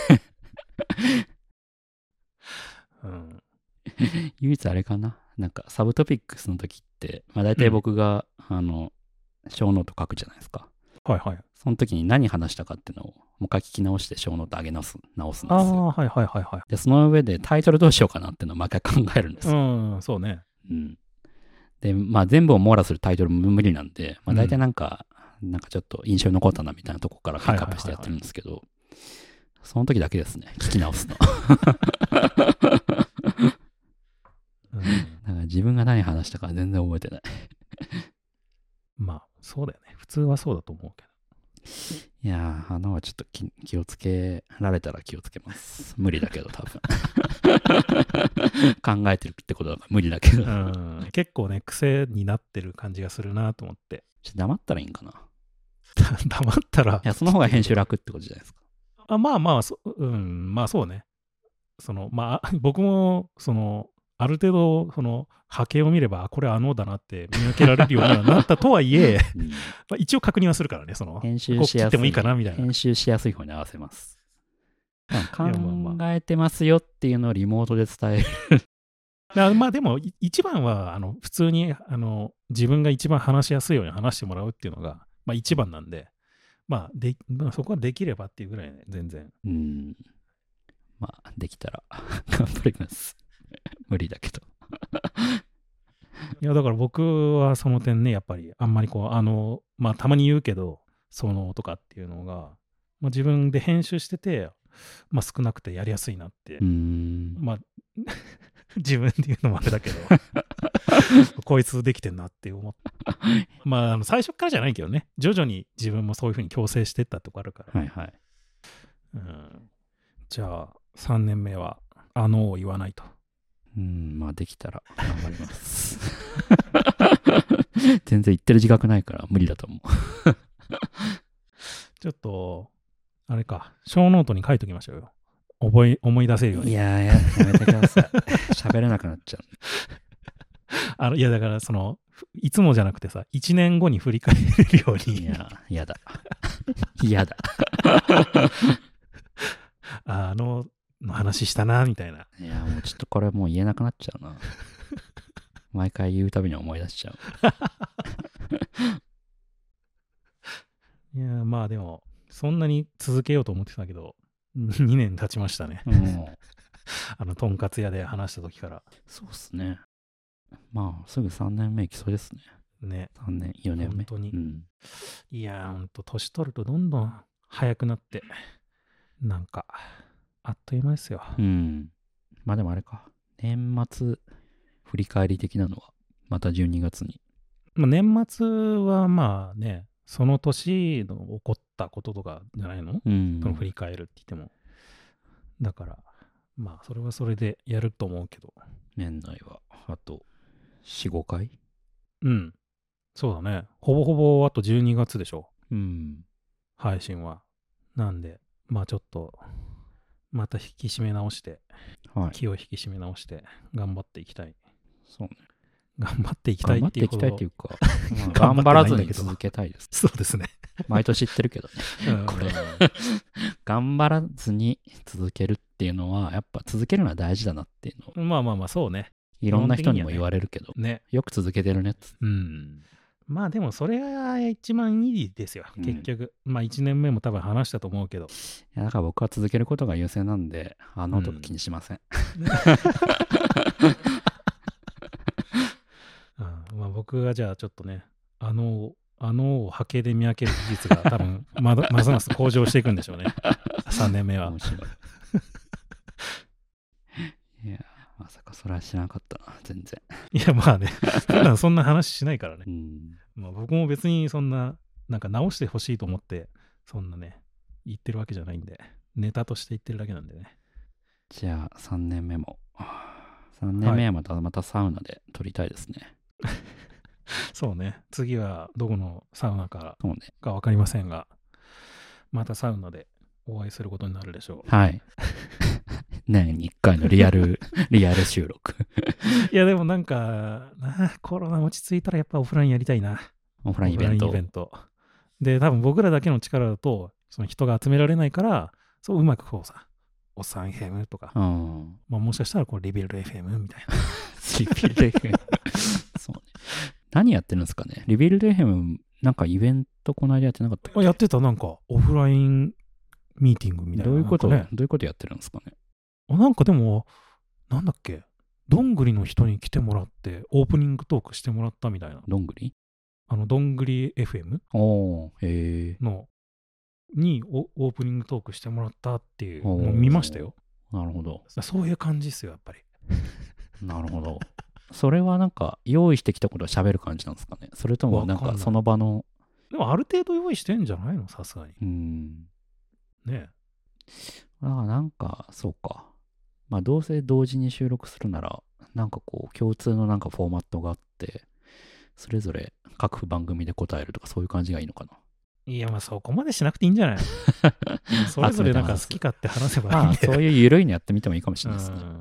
うん、 唯一あれかな。なんかサブトピックスの時って、まあ大体僕が、うん、あの、小ノート書くじゃないですか。 はいはい。 その時に何話したかっていうのをもう一回聞き直して小ノート上げ直す、直すんですあよ。 あ、はいはいはいはい。 で、その上でタイトルどうしようかなっていうのを毎回考えるんですよ。 うん、そうね。 うん。で、まあ全部を網羅するタイトルも無理なんで、まあ大体なんか、うん、なんかちょっと印象に残ったなみたいなとこからピックアップしてやってるんですけど、その時だけですね、聞き直すの。うん、だから自分が何話したか全然覚えてない。 まあ、そうだよね。普通はそうだと思うけど。 いやー、花はちょっと気、気をつけられたら気をつけます。無理だけど、多分。考えてるってことだから無理だけど。 うん、結構ね、癖になってる感じがするなと思って。 ちょっと黙ったらいいんかな。 黙ったら。 いや、その方が編集楽ってことじゃないですか。 あまあまあそ、うん、まあそうね。その、まあ、僕も、その、 ある程度、その波形を見れば、あこれあのだなって見分けられるようにはなったとはいえ、 うんまあ一応確認はするからね、その、 編集ここ切ってもいしやすい。 いかなみたいな。 編集しやすい方に合わせます。まあいやまあま考えてますよっていうのをリモートで伝える。 だまあでも、い一番は、あの、普通に、あの、自分が一番話しやすいように話してもらうっていうのが、まあ一番なんで、まあ、で、まあ、そこはできればっていうぐらいね、全然。 うん。まあ、できたら頑張ります。無理だけど。 いや、だから僕はその点ね、やっぱり、あんまりこう、あの、まあ、たまに言うけど、そのとかっていうのが、まあ、自分で編集してて、まあ、少なくてやりやすいなって、 うーん。 まあ、自分で言うのもあれだけど、こいつできてんなって思って。まあ、あの最初からじゃないけどね、徐々に自分もそういうふうに矯正していったとこあるから。 はいはい。 うん、じゃあ、さんねんめは、あのを言わないと。 うん、まあできたら頑張ります。全然言ってる自覚ないから無理だと思う。 ちょっと、あれか、小ノートに書いときましょうよ。覚え、思い出せるように。 いやーや、やめてください。喋れなくなっちゃう。 あのいや、だからその、いつもじゃなくてさ、いちねんごに振り返れるように。 いや、やだ。やだ。 あの、の話したな、みたいな。 いや、もうちょっとこれもう言えなくなっちゃうな。毎回言うたびに思い出しちゃう。いや、まあでも、そんなに続けようと思ってたけど、にねん経ちましたね。 う。うん、 あの、とんかつ屋で話した時から。 そうっすね。まあ、すぐさんねんめいきそうですね。 ね。 さんねん、よねんめ。 本当に。 うん、 いや、ほんと、年取るとどんどん早くなって、なんか、あっという間ですよ。 うん。まあでもあれか。年末振り返り的なのは、またじゅうにがつに。 まあ、年末はまあね、その年の起こったこととかじゃないの、 うん。 その振り返るって言っても。だから、まあ、それはそれでやると思うけど。 年内は、あと、よん、ごかい。 うん。そうだね。ほぼほぼあとじゅうにがつでしょ。 うん。 配信は。なんで、まあちょっと、また引き締め直して、 はい。 気を引き締め直して、頑張っていきたい。 そうね。 頑張っていきたいっていう頑張っていきたいっていうか、 か、まあ頑張らずに続けたいです。 そうですね。 毎年言ってるけどね。 うんこれ頑張らずに続けるっていうのは、やっぱ続けるのは大事だなっていうのを、 まあまあまあ、そうね。 いろんな人にも言われるけど、 ね。 よく続けてるねっつって。 うん。まあでもそれが一番いいですよ、 うん結局。まあいちねんめも多分話したと思うけど。 いやだから僕は続けることが優先なんで、あのとか気にしません。 うんまあ、僕がじゃあちょっとね、あの、あのを波形で見分ける技術が多分まだますます向上していくんでしょうね。さんねんめは。 面白い。いや、まさかそれは知らなかったな、全然。 いや、まあね、普段そんな話しないからね。 うん。 まあ、僕も別にそんな、なんか直してほしいと思って、そんなね、言ってるわけじゃないんで、ネタとして言ってるだけなんでね。 じゃあさんねんめも、さんねんめはまた、またサウナで撮りたいですね。 そうね、次はどこのサウナかそうね。 か分かりませんが、またサウナでお会いすることになるでしょう。 はい。年にいっかいのリアル、リアル収録。 いや、でもなんか、なコロナ落ち着いたらやっぱオフラインやりたいな。 オフラインイベント。 オフラインイベント。で、多分僕らだけの力だと、その人が集められないから、そううまくこうさ、おっさん エフエム とか、 うん。 まあ、もしかしたらこうリビルド エフエム みたいな。 リビルド エフエム。そうね。何やってるんですかね。リビルド エフエム、なんかイベントこの間やってなかったっけ？ やってた、なんかオフラインミーティングみたいな。 どういうこと、 なんかね、 どういうことやってるんですかね。 あなんかでも、なんだっけ、どんぐりの人に来てもらって、オープニングトークしてもらったみたいな。 どんぐり？ あの、どんぐり エフエムおー、へえ。 の、にオープニングトークしてもらったっていうのを見ましたよ。 なるほど。 そういう感じっすよ、やっぱり。 なるほど。それはなんか、用意してきたことを喋る感じなんですかね。それとも、なんかその場の。 でも、ある程度用意してんじゃないの、さすがに。 うん。 ねえ。 ああ、なんか、そうか。まあ、どうせ同時に収録するなら、なんかこう、共通のなんかフォーマットがあって、それぞれ各番組で答えるとか、そういう感じがいいのかな。 いや、まあそこまでしなくていいんじゃないのそれぞれなんか好き勝手話せばいいんまあ、 だよ。 そういう緩いのやってみてもいいかもしれないですね。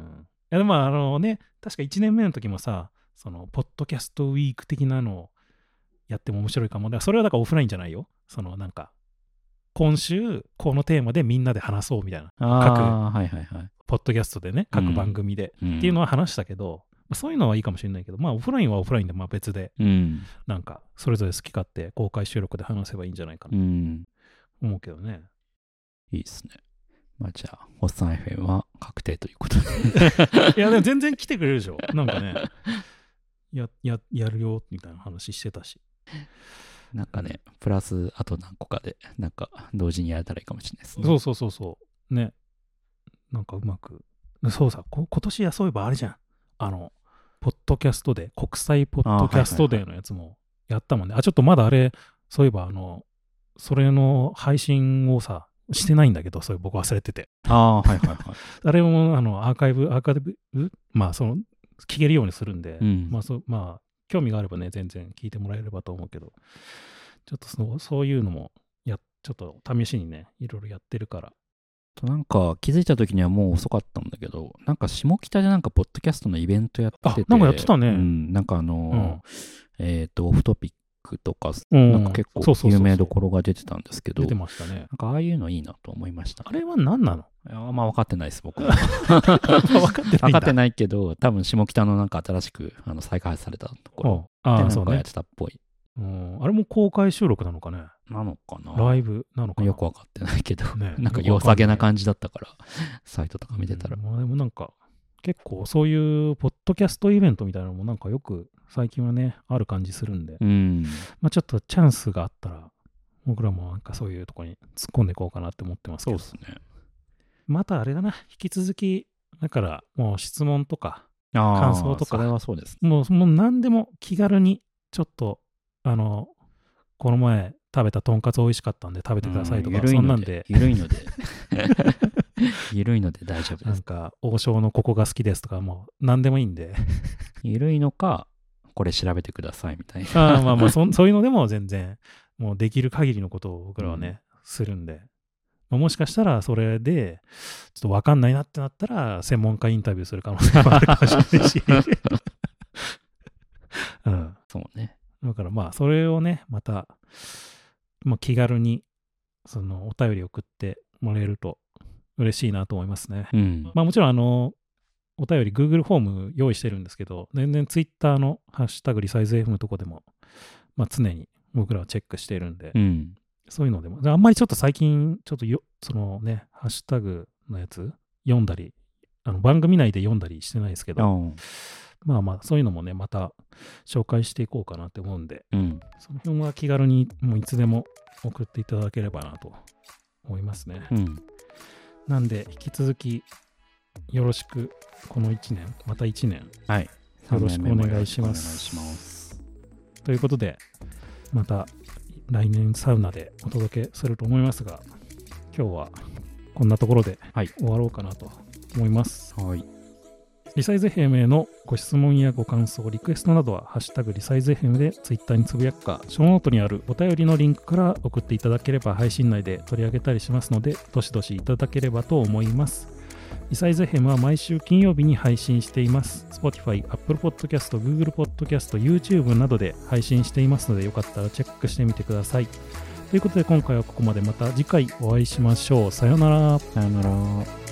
やでもあのね、確かいちねんめの時もさ、そのポッドキャストウィーク的なのをやっても面白いかも。だからそれはだからオフラインじゃないよ。そのなんか今週このテーマでみんなで話そうみたいな、各はいはいはい。 ポッドキャストでね、各番組で、 うん、 っていうのは話したけど、まあ、そういうのはいいかもしれないけど、まあオフラインはオフラインでまあ別で、 うん、 なんかそれぞれ好き勝手公開収録で話せばいいんじゃないかなと思うけどね。 うん、いいですね。まあじゃあ、ホッサン エフエム は確定ということで。 いやでも全然来てくれるでしょ。なんかね、や、や、やるよみたいな話してたし。 なんかね、プラスあと何個かで、なんか同時にやれたらいいかもしれないですね。 そうそうそうそう。ね。なんかうまく。そうさ、こ今年はそういえばあれじゃん。あの、ポッドキャストデー、国際ポッドキャストデーのやつもやったもんね。あ、はいはいはい、あ、ちょっとまだあれ、そういえばあの、それの配信をさ、してないんだけど、それ僕忘れてて。 ああ、はいはいはい。 あれも、あの、アーカイブ、アーカイブ、まあ、その、聞けるようにするんで、うん、まあ、そ、まあ、興味があればね、全然聞いてもらえればと思うけど、ちょっとその、そういうのも、や、ちょっと試しにね、いろいろやってるから。 なんか気づいた時にはもう遅かったんだけど、なんか下北でなんかポッドキャストのイベントやってて、 あ、なんかやってたね。 うん、なんかあのー、うん、えっと、オフトピックとか、うん、なんか結構有名どころが出てたんですけど、 出てましたね。 なんかああいうのいいなと思いました、ね。 あれは何なの？ いや、まあ分かってないです、僕は。 分かってないんだ。 分かってないけど、多分下北のなんか新しくあの再開発されたところでなんかやってたっぽい。 うん、あれも公開収録なのかね。 なのかな。 ライブなのかな。 よく分かってないけど、ね、なんか良さげな感じだったから、サイトとか見てたら。 うん、まあ、でもなんか、結構そういうポッドキャストイベントみたいなのもなんかよく最近はね、ある感じするんで、 うん、 まあちょっとチャンスがあったら、僕らもなんかそういうとこに突っ込んでいこうかなって思ってますけど。 そうですね。 またあれだな、引き続き、だからもう質問とか、感想とか、 それはそうです。 もう、もう何でも気軽にちょっと、あの、この前食べたとんかつ美味しかったんで食べてくださいとか、そんなんで。 ゆるいので。ゆるいので大丈夫です。 なんか、王将のここが好きですとか、もう何でもいいんで。 ゆるいのか、これ調べてくださいみたいな。 ああ、まあまあそ、そういうのでも全然、もうできる限りのことを僕らはね、うん、するんで。まあ、もしかしたらそれで、ちょっと分かんないなってなったら、専門家インタビューする可能性もあるかもしれないし。うん。 そうね。 だからまあ、それをね、また、まあ、気軽に、その、お便り送ってもらえると嬉しいなと思いますね。 うん、 まあ、もちろん、あの、お便り、Google フォーム用意してるんですけど、全然 Twitter のハッシュタグリサイズ F のとこでも、まあ、常に僕らはチェックしているんで、 うん、 そういうのでも、あんまりちょっと最近、ちょっとよ、そのね、ハッシュタグのやつ、読んだり、あの番組内で読んだりしてないですけど、まあまあ、そういうのもね、また紹介していこうかなって思うんで、 うん、 その辺は気軽にもういつでも送っていただければなと思いますね。 うん、 なんで、引き続きよろしく、このいちねん、またいちねん、 はい、 よろしくお願いします。 お願いします。 ということで、また来年サウナでお届けすると思いますが、今日はこんなところで終わろうかなと思います。 はい。 リサイズ エフエム へのご質問やご感想、リクエストなどは、ハッシュタグリサイズ エフエム でツイッターにつぶやくか、ショーノートにあるお便りのリンクから送っていただければ配信内で取り上げたりしますので、どしどしいただければと思います。リサイズ エフエム は毎週金曜日に配信しています。Spotify、Apple Podcast、Google Podcast、YouTube などで配信していますので、よかったらチェックしてみてください。ということで今回はここまで。また次回お会いしましょう。さようなら。 さようなら。